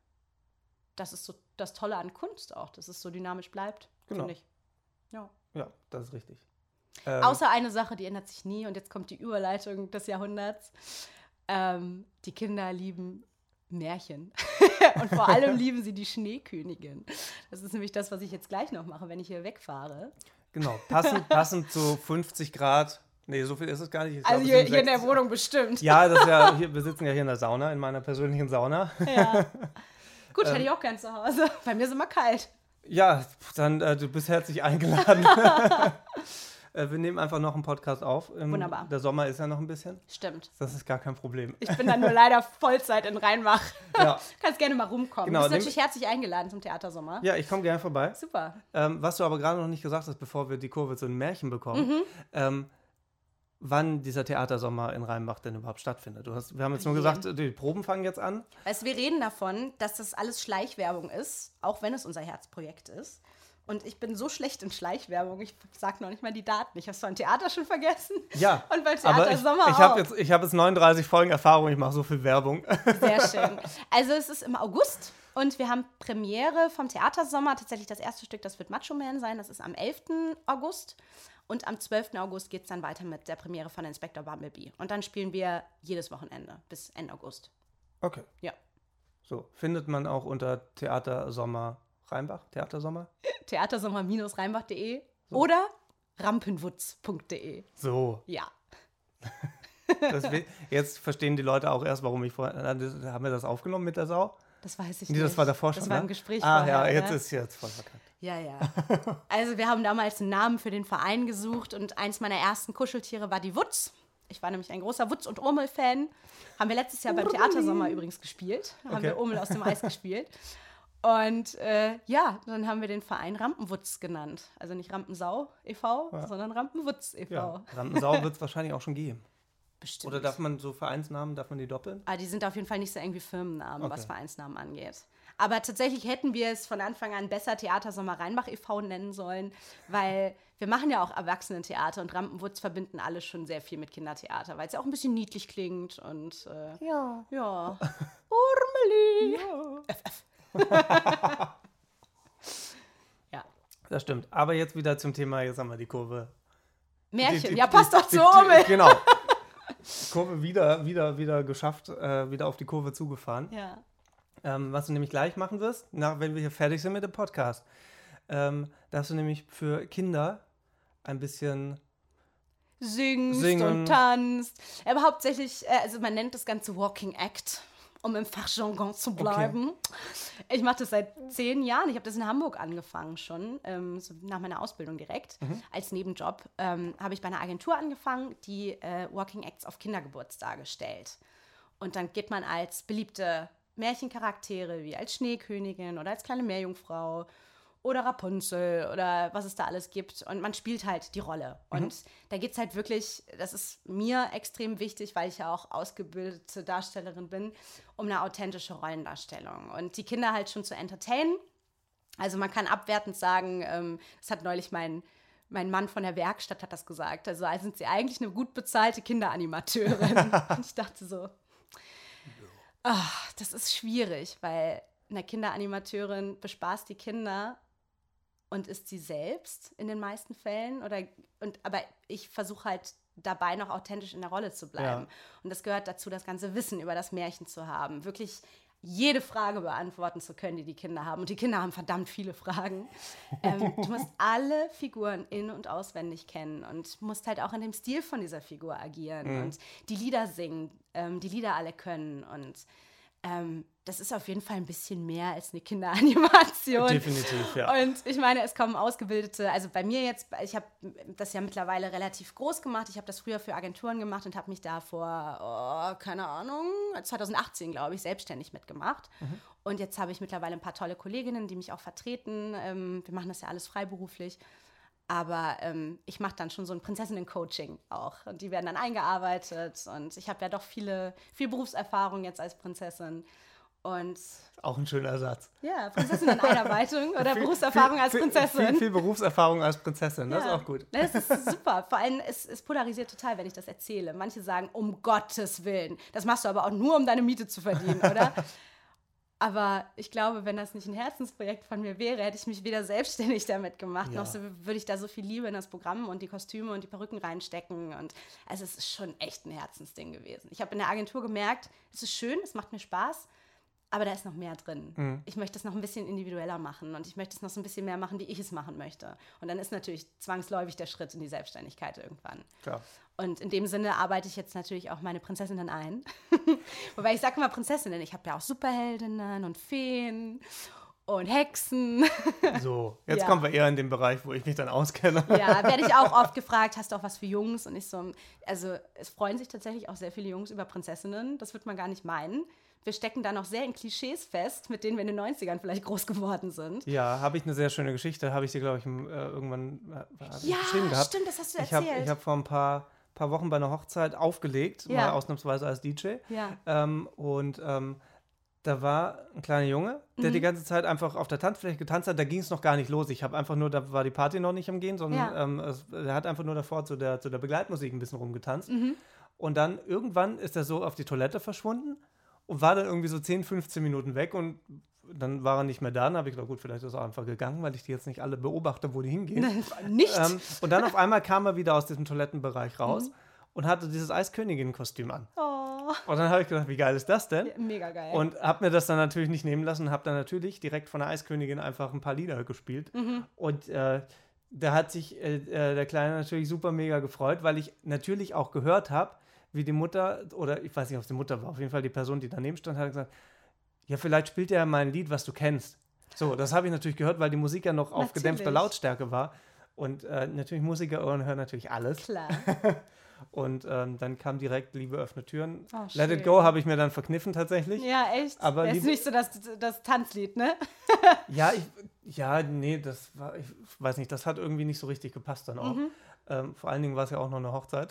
das ist so das Tolle an Kunst auch, dass es so dynamisch bleibt, Genau. finde ich. Ja. Ja, das ist richtig. Ähm, Außer eine Sache, die ändert sich nie und jetzt kommt die Überleitung des Jahrhunderts. Ähm, die Kinder lieben Märchen. Und vor allem lieben sie die Schneekönigin. Das ist nämlich das, was ich jetzt gleich noch mache, wenn ich hier wegfahre. Genau, passend, passend zu fünfzig Grad. Nee, so viel ist es gar nicht. Ich Also glaub, es hier, sind hier in der sechs- Wohnung bestimmt. Ja, das ist ja, hier, wir sitzen ja hier in der Sauna, in meiner persönlichen Sauna. Ja. Gut, Ähm. hätte ich auch gern zu Hause. Bei mir ist immer kalt. Ja, dann, äh, du bist herzlich eingeladen. äh, wir nehmen einfach noch einen Podcast auf. Ähm, Wunderbar. Der Sommer ist ja noch ein bisschen. Stimmt. Das ist gar kein Problem. Ich bin dann nur leider Vollzeit in Rheinbach. Ja, Kannst gerne mal rumkommen. Genau, du bist nehm- natürlich herzlich eingeladen zum Theatersommer. ja ich komme gerne vorbei. Super. Ähm, was du aber gerade noch nicht gesagt hast, bevor wir die Kurve zu den Märchen bekommen, Mhm. ähm, wann dieser Theatersommer in Rheinbach denn überhaupt stattfindet. Du hast, wir haben jetzt nur Je. gesagt, die Proben fangen jetzt an. Weißt du, wir reden davon, dass das alles Schleichwerbung ist, auch wenn es unser Herzprojekt ist. Und ich bin so schlecht in Schleichwerbung, ich sag noch nicht mal die Daten. Ich habe es beim Theater schon vergessen. Ja, Und beim aber ich, Theatersommer ich auch. habe jetzt, ich hab jetzt neununddreißig Folgen Erfahrung, ich mache so viel Werbung. Sehr schön. Also es ist im August und wir haben Premiere vom Theatersommer. Tatsächlich das erste Stück, das wird Macho Man sein. Das ist am elften August. Und am zwölften August geht es dann weiter mit der Premiere von Inspector Bumblebee. Und dann spielen wir jedes Wochenende bis Ende August. Okay. Ja. So, findet man auch unter Theatersommer Rheinbach, Theatersommer? theatersommer Rheinbach punkt de oder rampenwutz punkt de. So, Ja. das will, jetzt verstehen die Leute auch erst, warum ich vorher, haben wir das aufgenommen mit der Sau? Das weiß ich Nee, nicht. das war davor schon, Das war ne? im Gespräch Ah vorher. ja, jetzt ne? ist jetzt voll verkackt. Ja, ja. Also wir haben damals einen Namen für den Verein gesucht und eins meiner ersten Kuscheltiere war die Wutz. Ich war nämlich ein großer Wutz- und Urmel-Fan. Haben wir letztes Jahr beim Theatersommer übrigens gespielt. Haben Okay. wir Urmel aus dem Eis gespielt. Und äh, ja, dann haben wir den Verein Rampenwutz genannt. Also nicht Rampensau e V, Ja. sondern Rampenwutz e V. Ja, Rampensau wird es wahrscheinlich auch schon geben. Bestimmt. Oder darf man so Vereinsnamen, darf man die doppeln? Aber die sind auf jeden Fall nicht so eng wie Firmennamen, Okay. was Vereinsnamen angeht. Aber tatsächlich hätten wir es von Anfang an besser Theatersommer Rheinbach e V nennen sollen, weil wir machen ja auch Erwachsenentheater und Rampenwutz verbinden alle schon sehr viel mit Kindertheater, weil es ja auch ein bisschen niedlich klingt und äh, Ja. ja. Urmeli! Ja. Das stimmt. Aber jetzt wieder zum Thema, jetzt haben wir die Kurve. Märchen, Die- die- ja, passt die- doch die- zu Urmel. Genau. Die Kurve wieder, wieder, wieder geschafft, äh, wieder auf die Kurve zugefahren. Ja. Ähm, was du nämlich gleich machen wirst, nach, wenn wir hier fertig sind mit dem Podcast, ähm, darfst du nämlich für Kinder ein bisschen Singst Singen. und tanzt. Aber hauptsächlich, äh, also man nennt das Ganze Walking Act, um im Fachjargon zu bleiben. Ich mache das seit zehn Jahren. Ich habe das in Hamburg angefangen schon, ähm, so nach meiner Ausbildung direkt, als Nebenjob. Ähm, habe ich bei einer Agentur angefangen, die äh, Walking Acts auf Kindergeburtstage stellt. Und dann geht man als beliebte Märchencharaktere, wie als Schneekönigin oder als kleine Meerjungfrau oder Rapunzel oder was es da alles gibt. Und man spielt halt die Rolle. Und Mhm. da geht es halt wirklich, das ist mir extrem wichtig, weil ich ja auch ausgebildete Darstellerin bin, um eine authentische Rollendarstellung. Und die Kinder halt schon zu entertainen. Also man kann abwertend sagen, ähm, das hat neulich mein, mein Mann von der Werkstatt hat das gesagt. Also sind sie eigentlich eine gut bezahlte Kinderanimateurin. Und ich dachte so, ach, das ist schwierig, weil eine Kinderanimateurin bespaßt die Kinder und ist sie selbst in den meisten Fällen. Oder, und, aber ich versuche halt dabei noch authentisch in der Rolle zu bleiben. Ja. Und das gehört dazu, das ganze Wissen über das Märchen zu haben. Wirklich jede Frage beantworten zu können, die die Kinder haben. Und die Kinder haben verdammt viele Fragen. ähm, du musst alle Figuren in- und auswendig kennen und musst halt auch in dem Stil von dieser Figur agieren Mhm. und die Lieder singen, ähm, die Lieder alle können und ähm, das ist auf jeden Fall ein bisschen mehr als eine Kinderanimation. Definitiv, ja. Und ich meine, es kommen Ausgebildete, also bei mir jetzt, ich habe das ja mittlerweile relativ groß gemacht. Ich habe das früher für Agenturen gemacht und habe mich da vor, oh, keine Ahnung, zwanzig achtzehn, glaube ich, selbstständig mitgemacht. Mhm. Und jetzt habe ich mittlerweile ein paar tolle Kolleginnen, die mich auch vertreten. Ähm, wir machen das ja alles freiberuflich. Aber ähm, ich mache dann schon so ein Prinzessinnen-Coaching auch. Und die werden dann eingearbeitet. Und ich habe ja doch viele, viel Berufserfahrung jetzt als Prinzessin. Und auch ein schöner Satz. Ja, Prinzessinnen-Einarbeitung oder viel, Berufserfahrung viel, als Prinzessin. Viel, viel, viel Berufserfahrung als Prinzessin, das ja. ist auch gut. Das ist super. Vor allem, es, es polarisiert total, wenn ich das erzähle. Manche sagen, um Gottes Willen. Das machst du aber auch nur, um deine Miete zu verdienen, oder? Aber ich glaube, wenn das nicht ein Herzensprojekt von mir wäre, hätte ich mich weder selbstständig damit gemacht, ja. noch so, würde ich da so viel Liebe in das Programm und die Kostüme und die Perücken reinstecken. Und also es ist schon echt ein Herzensding gewesen. Ich habe in der Agentur gemerkt, es ist schön, es macht mir Spaß, aber da ist noch mehr drin. Mhm. Ich möchte es noch ein bisschen individueller machen und ich möchte es noch so ein bisschen mehr machen, wie ich es machen möchte. Und dann ist natürlich zwangsläufig der Schritt in die Selbstständigkeit irgendwann. Klar. Und in dem Sinne arbeite ich jetzt natürlich auch meine Prinzessinnen ein. Wobei ich sage immer Prinzessinnen, ich habe ja auch Superheldinnen und Feen und Hexen. So, jetzt ja. kommen wir eher in den Bereich, wo ich mich dann auskenne. Ja, werde ich auch oft gefragt, hast du auch was für Jungs? Und ich so, also es freuen sich tatsächlich auch sehr viele Jungs über Prinzessinnen. Das wird man gar nicht meinen. Wir stecken da noch sehr in Klischees fest, mit denen wir in den neunzigern vielleicht groß geworden sind. Ja, habe ich eine sehr schöne Geschichte, habe ich dir, glaube ich, im, äh, irgendwann äh, ja, geschrieben gehabt. Stimmt, das hast du ich erzählt. Hab, ich habe vor ein paar, paar Wochen bei einer Hochzeit aufgelegt, ja. mal ausnahmsweise als D J. Ja. Ähm, und ähm, da war ein kleiner Junge, der mhm. die ganze Zeit einfach auf der Tanzfläche getanzt hat. Da ging es noch gar nicht los. Ich habe einfach nur, da war die Party noch nicht am Gehen, sondern ja. ähm, es, er hat einfach nur davor zu der, zu der Begleitmusik ein bisschen rumgetanzt. Mhm. Und dann irgendwann ist er so auf die Toilette verschwunden und war dann irgendwie so zehn, fünfzehn Minuten weg und dann war er nicht mehr da. Dann habe ich gedacht, gut, vielleicht ist er einfach gegangen, weil ich die jetzt nicht alle beobachte, wo die hingehen. Nein, nicht. Ähm, und dann auf einmal kam er wieder aus diesem Toilettenbereich raus mhm. und hatte dieses Eiskönigin-Kostüm an. Oh. Und dann habe ich gedacht, wie geil ist das denn? Ja, mega geil. Und habe mir das dann natürlich nicht nehmen lassen und habe dann natürlich direkt von der Eiskönigin einfach ein paar Lieder gespielt. Mhm. Und äh, da hat sich äh, der Kleine natürlich super mega gefreut, weil ich natürlich auch gehört habe, wie die Mutter, oder ich weiß nicht, ob es die Mutter war, auf jeden Fall die Person, die daneben stand, hat gesagt, ja, vielleicht spielt er mal ein Lied, was du kennst. So, das habe ich natürlich gehört, weil die Musik ja noch natürlich auf gedämpfter Lautstärke war. Und äh, natürlich Musiker hören natürlich alles. Klar. Und ähm, dann kam direkt Liebe öffnet Türen. Oh, Let It Go habe ich mir dann verkniffen tatsächlich. Ja, echt? Aber das ist nicht so das, das Tanzlied, ne? ja, ich, ja, nee, das war, ich weiß nicht, das hat irgendwie nicht so richtig gepasst dann auch. Mhm. Ähm, vor allen Dingen war es ja auch noch eine Hochzeit.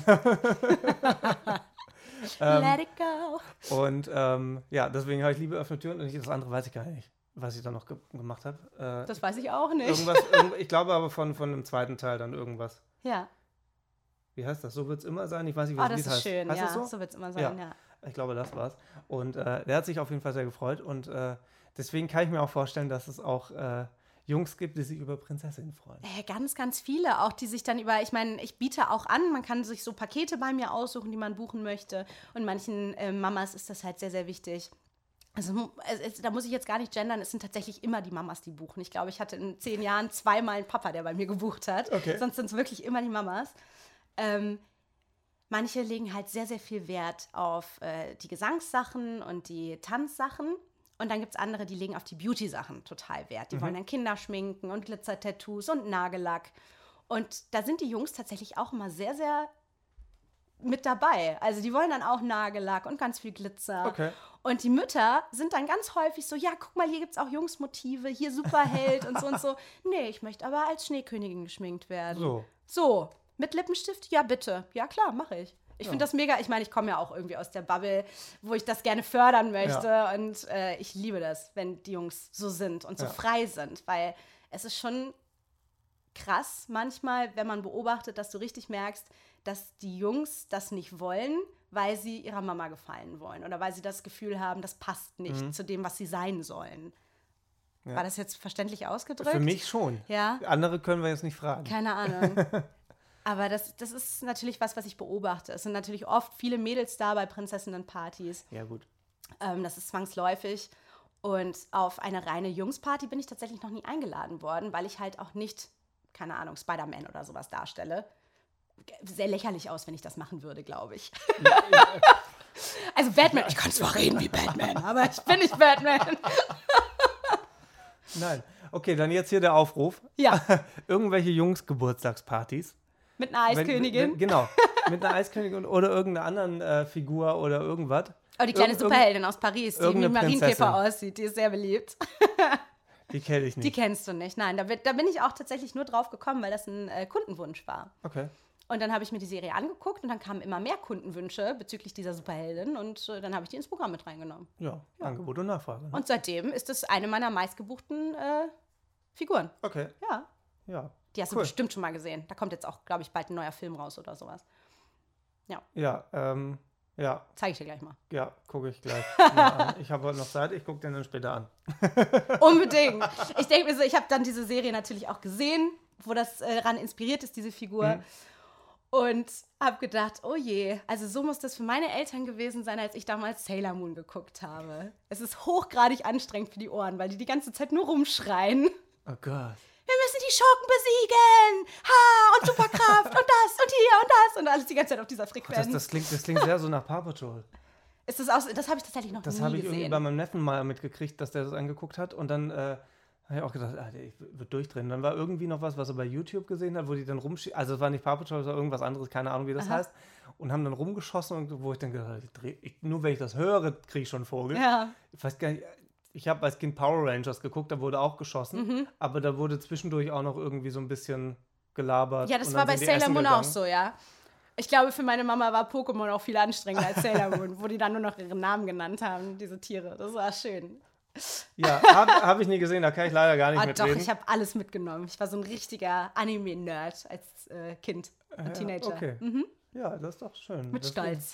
ähm, Let it go. Und ähm, ja, deswegen habe ich Liebe öffnet Türen und das andere weiß ich gar nicht, was ich dann noch ge- gemacht habe. Äh, das weiß ich auch nicht. Irgendwas, irgend, ich glaube aber von, von dem zweiten Teil dann irgendwas. Ja. Wie heißt das? So wird es immer sein? Ich weiß nicht, was oh, das Lied ist heißt. schön, heißt ja. Das so so wird es immer sein, ja. ja. Ich glaube, das war's. Und äh, der hat sich auf jeden Fall sehr gefreut und äh, deswegen kann ich mir auch vorstellen, dass es auch äh, Jungs gibt, die sich über Prinzessinnen freuen. Äh, ganz, ganz viele auch, die sich dann über, ich meine, ich biete auch an, man kann sich so Pakete bei mir aussuchen, die man buchen möchte und manchen äh, Mamas ist das halt sehr, sehr wichtig. Also es, es, da muss ich jetzt gar nicht gendern, es sind tatsächlich immer die Mamas, die buchen. Ich glaube, ich hatte in zehn Jahren zweimal einen Papa, der bei mir gebucht hat. Okay. Sonst sind es wirklich immer die Mamas. Ähm, manche legen halt sehr, sehr viel Wert auf äh, die Gesangssachen und die Tanzsachen. Und dann gibt es andere, die legen auf die Beauty-Sachen total Wert. Die mhm. wollen dann Kinder schminken und Glitzer-Tattoos und Nagellack. Und da sind die Jungs tatsächlich auch immer sehr, sehr mit dabei. Also die wollen dann auch Nagellack und ganz viel Glitzer. Okay. Und die Mütter sind dann ganz häufig so, ja, guck mal, hier gibt es auch Jungsmotive, hier Superheld und so und so. Nee, ich möchte aber als Schneekönigin geschminkt werden. So. So, mit Lippenstift? Ja, bitte. Ja, klar, mache ich. Ich ja. finde das mega, ich meine, ich komme ja auch irgendwie aus der Bubble, wo ich das gerne fördern möchte. Ja. Und äh, ich liebe das, wenn die Jungs so sind und so ja. frei sind, weil es ist schon krass manchmal, wenn man beobachtet, dass du richtig merkst, dass die Jungs das nicht wollen, weil sie ihrer Mama gefallen wollen oder weil sie das Gefühl haben, das passt nicht mhm. zu dem, was sie sein sollen. Ja. War das jetzt verständlich ausgedrückt? Für mich schon. Ja. Andere können wir jetzt nicht fragen. Keine Ahnung. Aber das, das ist natürlich was, was ich beobachte. Es sind natürlich oft viele Mädels da bei Prinzessinnenpartys. Ja, gut. Ähm, das ist zwangsläufig. Und auf eine reine Jungsparty bin ich tatsächlich noch nie eingeladen worden, weil ich halt auch nicht, keine Ahnung, Spider-Man oder sowas darstelle. Sehr lächerlich aus, wenn ich das machen würde, glaube ich. Also Batman, ich kann zwar reden wie Batman, aber ich bin nicht Batman. Nein. Okay, dann jetzt hier der Aufruf. Ja. Irgendwelche Jungs-Geburtstagspartys. Mit einer Eiskönigin. Wenn, wenn, genau, mit einer Eiskönigin oder irgendeiner anderen äh, Figur oder irgendwas. Oh, die kleine Irg Superheldin aus Paris, die wie Marienkäfer aussieht, die ist sehr beliebt. Die kenne ich nicht. Die kennst du nicht, nein. Da, da bin ich auch tatsächlich nur drauf gekommen, weil das ein äh, Kundenwunsch war. Okay. Und dann habe ich mir die Serie angeguckt und dann kamen immer mehr Kundenwünsche bezüglich dieser Superheldin und äh, dann habe ich die ins Programm mit reingenommen. Ja, ja. Angebot und Nachfrage. Ne? Und seitdem ist es eine meiner meistgebuchten äh, Figuren. Okay. Ja. Ja. Die hast cool. du bestimmt schon mal gesehen. Da kommt jetzt auch, glaube ich, bald ein neuer Film raus oder sowas. Ja. Ja, ähm, ja. Zeige ich dir gleich mal. Ja, gucke ich gleich mal an. Ich habe heute noch Zeit, ich gucke den dann später an. Unbedingt. Ich denke mir so, ich habe dann diese Serie natürlich auch gesehen, wo das äh, daran inspiriert ist, diese Figur. Mhm. Und habe gedacht, oh je, also so muss das für meine Eltern gewesen sein, als ich damals Sailor Moon geguckt habe. Es ist hochgradig anstrengend für die Ohren, weil die die ganze Zeit nur rumschreien. Oh Gott. Wir müssen die Schurken besiegen! Ha! Und Superkraft! Und das! Und hier! Und das! Und alles die ganze Zeit auf dieser Frequenz. Das, das, klingt, das klingt sehr so nach Paw Patrol. Ist das auch, das habe ich tatsächlich noch das nie Das habe ich gesehen. irgendwie bei meinem Neffen mal mitgekriegt, dass der das angeguckt hat. Und dann äh, habe ich auch gedacht, ah, ich würde durchdrehen. Dann war irgendwie noch was, was er bei YouTube gesehen hat, wo die dann rumschießen. Also es war nicht Paw Patrol, es war irgendwas anderes, keine Ahnung, wie das Aha. heißt. Und haben dann rumgeschossen, und wo ich dann gedacht habe, ich dreh, ich, nur wenn ich das höre, kriege ich schon einen Vogel. Ja. Ich weiß gar nicht. Ich habe als Kind Power Rangers geguckt, da wurde auch geschossen, mhm. aber da wurde zwischendurch auch noch irgendwie so ein bisschen gelabert. Ja, das war bei Sailor Moon auch so, ja. Ich glaube, für meine Mama war Pokémon auch viel anstrengender als Sailor Moon, wo die dann nur noch ihren Namen genannt haben, diese Tiere. Das war schön. Ja, habe hab ich nie gesehen, da kann ich leider gar nicht ah, mitreden. Doch, ich habe alles mitgenommen. Ich war so ein richtiger Anime-Nerd als äh, Kind und ja, Teenager. Okay. Mhm. Ja, das ist doch schön. Mit das Stolz.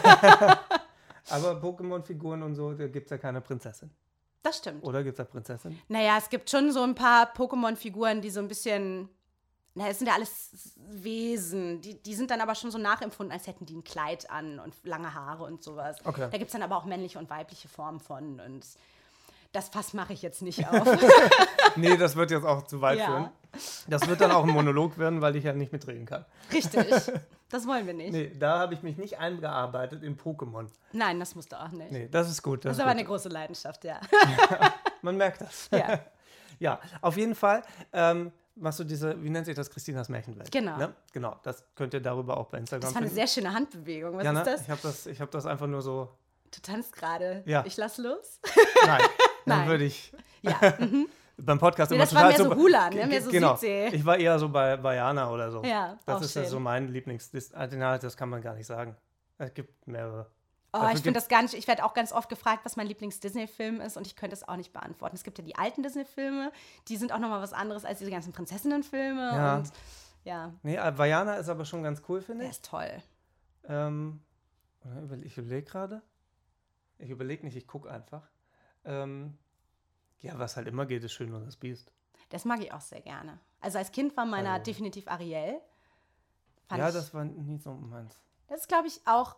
Aber Pokémon-Figuren und so, da gibt es ja keine Prinzessin. Das stimmt. Oder gibt es da Prinzessin? Naja, es gibt schon so ein paar Pokémon-Figuren, die so ein bisschen, na, es sind ja alles Wesen, die, die sind dann aber schon so nachempfunden, als hätten die ein Kleid an und lange Haare und sowas. Okay. Da gibt es dann aber auch männliche und weibliche Formen von und das Fass mache ich jetzt nicht auf. Nee, das wird jetzt auch zu weit ja. führen. Das wird dann auch ein Monolog werden, weil ich ja nicht mitreden kann. Richtig, das wollen wir nicht. Nee, da habe ich mich nicht eingearbeitet in Pokémon. Nein, das musst du auch nicht. Nee, das ist gut. Das, das ist ist aber gut. eine große Leidenschaft, ja. Ja, man merkt das. Ja. Ja, auf jeden Fall ähm, machst du diese, wie nennt sich das, Christinas Märchenwelt. Genau. Ne? Genau, das könnt ihr darüber auch bei Instagram Das war eine finden. sehr schöne Handbewegung. Was ja, ne? ist das? Ich habe das, ich hab das einfach nur so... Du tanzt gerade. Ja. Ich lass los? Nein, dann Nein. würde ich... Ja, mhm. Beim Podcast nee, immer das total war mehr so, so Hula, ne? Mehr so genau. Südsee. Ich war eher so bei Vajana oder so. Ja, das auch ist schön. ja so mein Lieblings... Das, das kann man gar nicht sagen. Es gibt mehrere. Oh, Dafür ich finde das gar nicht... Ich werde auch ganz oft gefragt, was mein Lieblings-Disney-Film ist und ich könnte es auch nicht beantworten. Es gibt ja die alten Disney-Filme, die sind auch nochmal was anderes als diese ganzen Prinzessinnen-Filme. Ja. Und ja. Nee, Vajana ist aber schon ganz cool, finde Der ich. ist toll. Ähm, ich überlege gerade. Ich überlege nicht, ich gucke einfach. Ähm, ja, was halt immer geht, ist Schön und das Biest. Das mag ich auch sehr gerne. Also als Kind war meiner also. definitiv Ariel. Fand ja, ich, das war nie so meins. Das ist, glaube ich, auch,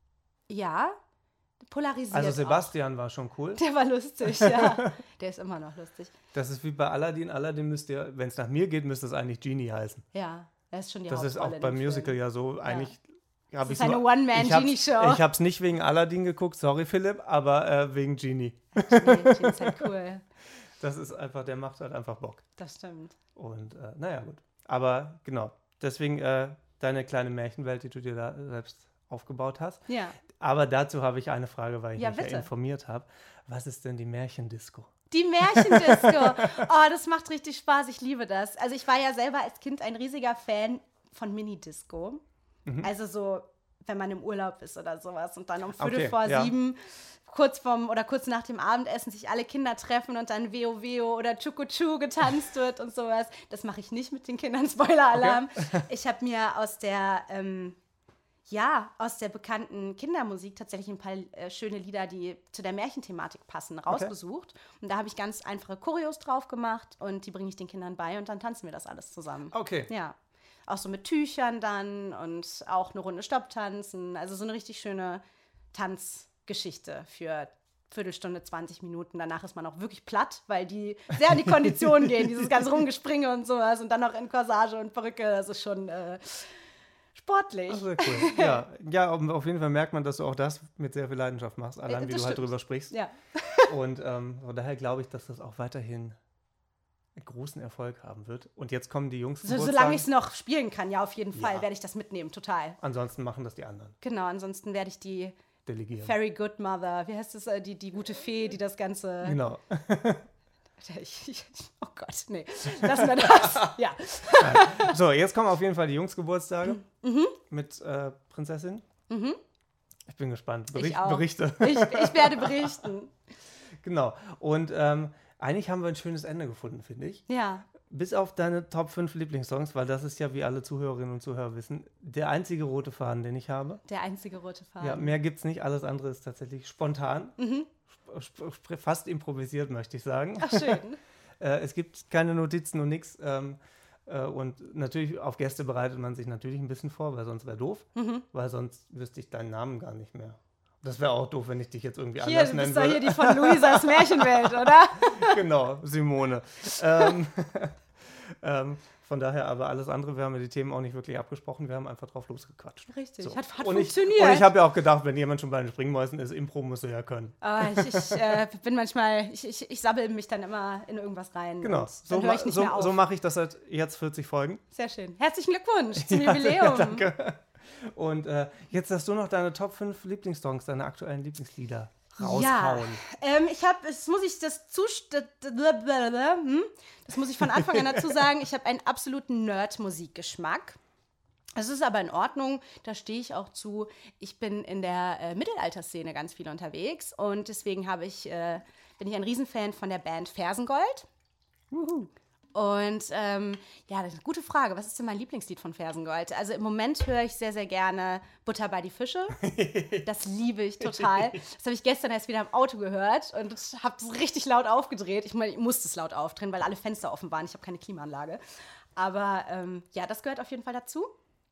ja, polarisiert. Also Sebastian auch. War schon cool. Der war lustig, ja. Der ist immer noch lustig. Das ist wie bei Aladdin. Aladdin müsste ja, wenn es nach mir geht, müsste es eigentlich Genie heißen. Ja, das ist schon die Das Hauptrolle ist auch beim Musical Film. Ja so. Eigentlich ja. habe ich es eine One-Man-Genie-Show. Ich habe es nicht wegen Aladdin geguckt, sorry Philipp, aber äh, wegen Genie. Genie, Genie ist halt cool. Das ist einfach, der macht halt einfach Bock. Das stimmt. Und äh, naja, gut. Aber genau, deswegen äh, deine kleine Märchenwelt, die du dir da selbst aufgebaut hast. Ja. Aber dazu habe ich eine Frage, weil ich ja, mich ja informiert habe. Was ist denn die Märchendisco? Die Märchendisco. Oh, das macht richtig Spaß. Ich liebe das. Also ich war ja selber als Kind ein riesiger Fan von Minidisco. Mhm. Also so, wenn man im Urlaub ist oder sowas und dann um Viertel okay, vor ja. sieben kurz vorm oder kurz nach dem Abendessen sich alle Kinder treffen und dann Veo Veo oder Chuku Chu getanzt wird und sowas. Das mache ich nicht mit den Kindern, Spoiler-Alarm. Okay. Ich habe mir aus der, ähm, ja, aus der bekannten Kindermusik tatsächlich ein paar äh, schöne Lieder, die zu der Märchenthematik passen, rausgesucht. Okay. Und da habe ich ganz einfache Choreos drauf gemacht und die bringe ich den Kindern bei und dann tanzen wir das alles zusammen. Okay. Ja. Auch so mit Tüchern dann und auch eine Runde Stopptanzen. Also so eine richtig schöne Tanzgeschichte für Viertelstunde, zwanzig Minuten. Danach ist man auch wirklich platt, weil die sehr an die Kondition gehen, dieses ganze Rumgespringe und sowas und dann noch in Corsage und Perücke. Das ist schon äh, sportlich. Ach, sehr cool. Ja, ja, auf jeden Fall merkt man, dass du auch das mit sehr viel Leidenschaft machst, allein wie Das du halt stimmt. drüber sprichst. Ja. Und ähm, von daher glaube ich, dass das auch weiterhin großen Erfolg haben wird. Und jetzt kommen die Jungs So, solange ich es noch spielen kann, ja, auf jeden Fall Ja. werde ich das mitnehmen, total. Ansonsten machen das die anderen. Genau, ansonsten werde ich die Delegieren. Fairy Good Mother, wie heißt das, äh, die, die gute Fee, die das Ganze... Genau. Ich, ich, oh Gott, nee, lassen wir das. Ja. So, jetzt kommen auf jeden Fall die Jungsgeburtstage mhm. mit äh, Prinzessin. Mhm. Ich bin gespannt. Bericht, ich auch. Berichte. Ich, ich werde berichten. Genau. Und ähm, eigentlich haben wir ein schönes Ende gefunden, finde ich. Ja. Bis auf deine Top fünf Lieblingssongs, weil das ist ja, wie alle Zuhörerinnen und Zuhörer wissen, der einzige rote Faden, den ich habe. Der einzige rote Faden. Ja, mehr gibt es nicht. Alles andere ist tatsächlich spontan. Mhm. Sp- sp- fast improvisiert, möchte ich sagen. Ach, schön. äh, es gibt keine Notizen und nichts. Ähm, äh, und natürlich auf Gäste bereitet man sich natürlich ein bisschen vor, weil sonst wäre doof. Mhm. Weil sonst wüsste ich deinen Namen gar nicht mehr. Das wäre auch doof, wenn ich dich jetzt irgendwie Hier, anders du nennen bist doch würde. hier die von Luisas Märchenwelt, oder? Genau, Simone. ähm, ähm, von daher aber alles andere, wir haben ja die Themen auch nicht wirklich abgesprochen, wir haben einfach drauf losgequatscht. Richtig, So. hat, hat und funktioniert. Ich, und ich habe ja auch gedacht, wenn jemand schon bei den Springmäusen ist, Impro musst du ja können. Aber ich, ich äh, bin manchmal, ich, ich, ich sabbel mich dann immer in irgendwas rein. Genau, und so, dann höre ich nicht so, mehr auf. so mache ich das seit jetzt vierzig Folgen. Sehr schön. Herzlichen Glückwunsch zum Ja, Jubiläum. Ja, danke. Und äh, jetzt hast du noch deine Top fünf Lieblingssongs, deine aktuellen Lieblingslieder raushauen. Ja, ähm, ich habe, das muss ich das zust- hm? das muss ich von Anfang an dazu sagen, ich habe einen absoluten Nerd-Musikgeschmack. Es ist aber in Ordnung, da stehe ich auch zu. Ich bin in der äh, Mittelalterszene ganz viel unterwegs und deswegen habe ich, äh, bin ich ein Riesenfan von der Band Fersengold. Juhu. Und ähm, ja, das ist eine gute Frage. Was ist denn mein Lieblingslied von Fersengold? Also im Moment höre ich sehr, sehr gerne Butter bei die Fische. Das liebe ich total. Das habe ich gestern erst wieder im Auto gehört und habe es richtig laut aufgedreht. Ich meine, ich musste es laut aufdrehen, weil alle Fenster offen waren. Ich habe keine Klimaanlage. Aber ähm, ja, das gehört auf jeden Fall dazu.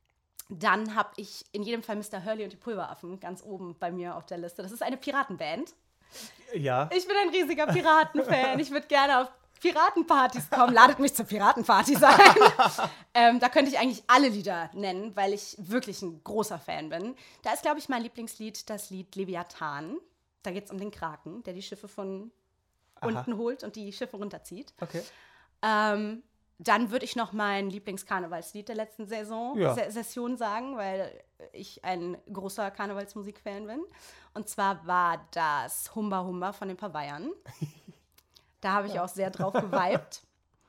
Dann habe ich in jedem Fall Mister Hurley und die Pulveraffen ganz oben bei mir auf der Liste. Das ist eine Piratenband. Ja. Ich bin ein riesiger Piratenfan. Ich würde gerne auf Piratenpartys kommen. Ladet mich zur Piratenparty ein. ähm, da könnte ich eigentlich alle Lieder nennen, weil ich wirklich ein großer Fan bin. Da ist, glaube ich, mein Lieblingslied das Lied Leviathan. Da geht es um den Kraken, der die Schiffe von Aha. unten holt und die Schiffe runterzieht. Okay. Ähm, dann würde ich noch mein Lieblingskarnevalslied der letzten Saison, Ja. Se- Session sagen, weil ich ein großer Karnevalsmusikfan bin. Und zwar war das Humba Humba von den Pavayern. Da habe ich auch sehr drauf geweibt.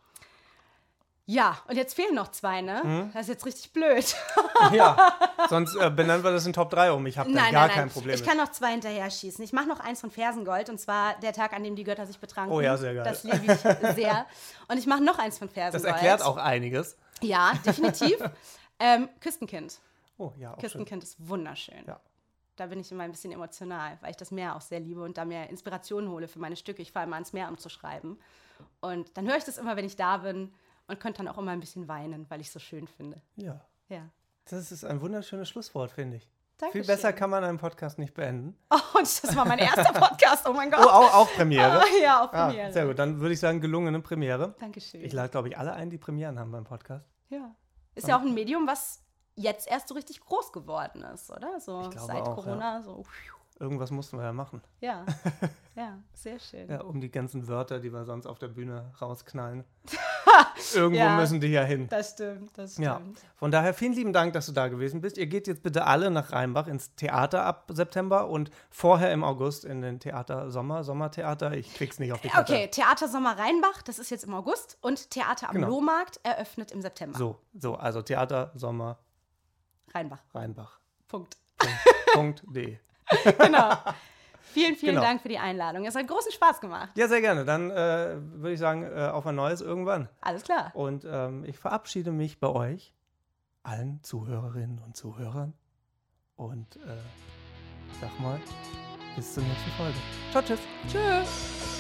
Ja, und jetzt fehlen noch zwei, ne? Mhm. Das ist jetzt richtig blöd. Ja, sonst äh, benennen wir das in Top drei um. Ich habe da Nein, gar nein, nein. kein Problem Ich mit. kann noch zwei hinterher schießen. Ich mache noch eins von Fersengold, und zwar der Tag, an dem die Götter sich betranken. Oh ja, sehr geil. Das liebe ich sehr. Und ich mache noch eins von Das Fersengold. erklärt auch einiges. Ja, definitiv. ähm, Küstenkind. Oh ja, auch schön. Küstenkind ist wunderschön. Ja. Da bin ich immer ein bisschen emotional, weil ich das Meer auch sehr liebe und da mir Inspiration hole für meine Stücke. Ich fahre immer ans Meer, um zu schreiben. Und dann höre ich das immer, wenn ich da bin, und könnte dann auch immer ein bisschen weinen, weil ich es so schön finde. Ja. Ja. Das ist ein wunderschönes Schlusswort, finde ich. Dankeschön. Viel besser kann man einen Podcast nicht beenden. Oh, und das war mein erster Podcast, oh mein Gott. Oh, auch, auch Premiere? Ah, ja, auch Ah, Premiere. sehr gut, dann würde ich sagen, gelungene Premiere. Dankeschön. Ich lade, glaube ich, alle ein, die Premieren haben beim Podcast. Ja. Ist ja auch ein Medium, was jetzt erst so richtig groß geworden ist, oder? So Ich glaube seit auch, Corona, so. Irgendwas mussten wir ja machen. Ja, ja, sehr schön. Ja, um die ganzen Wörter, die wir sonst auf der Bühne rausknallen. Irgendwo Ja. müssen die ja hin. Das stimmt, das stimmt. Ja, von daher vielen lieben Dank, dass du da gewesen bist. Ihr geht jetzt bitte alle nach Rheinbach ins Theater ab September und vorher im August in den Theater Sommer, Sommertheater. Ich krieg's nicht auf die Kette. Okay, Theater Sommer Rheinbach, das ist jetzt im August, und Theater am Genau. Lohmarkt eröffnet im September. So, so, also Theater Sommer Rheinbach. Rheinbach. Punkt. Punkt de. Genau. Vielen, vielen Genau. Dank für die Einladung. Es hat großen Spaß gemacht. Ja, sehr gerne. Dann äh, würde ich sagen, äh, auf ein neues irgendwann. Alles klar. Und ähm, ich verabschiede mich bei euch, allen Zuhörerinnen und Zuhörern. Und äh, sag mal, bis zur nächsten Folge. Ciao, tschüss. Tschüss.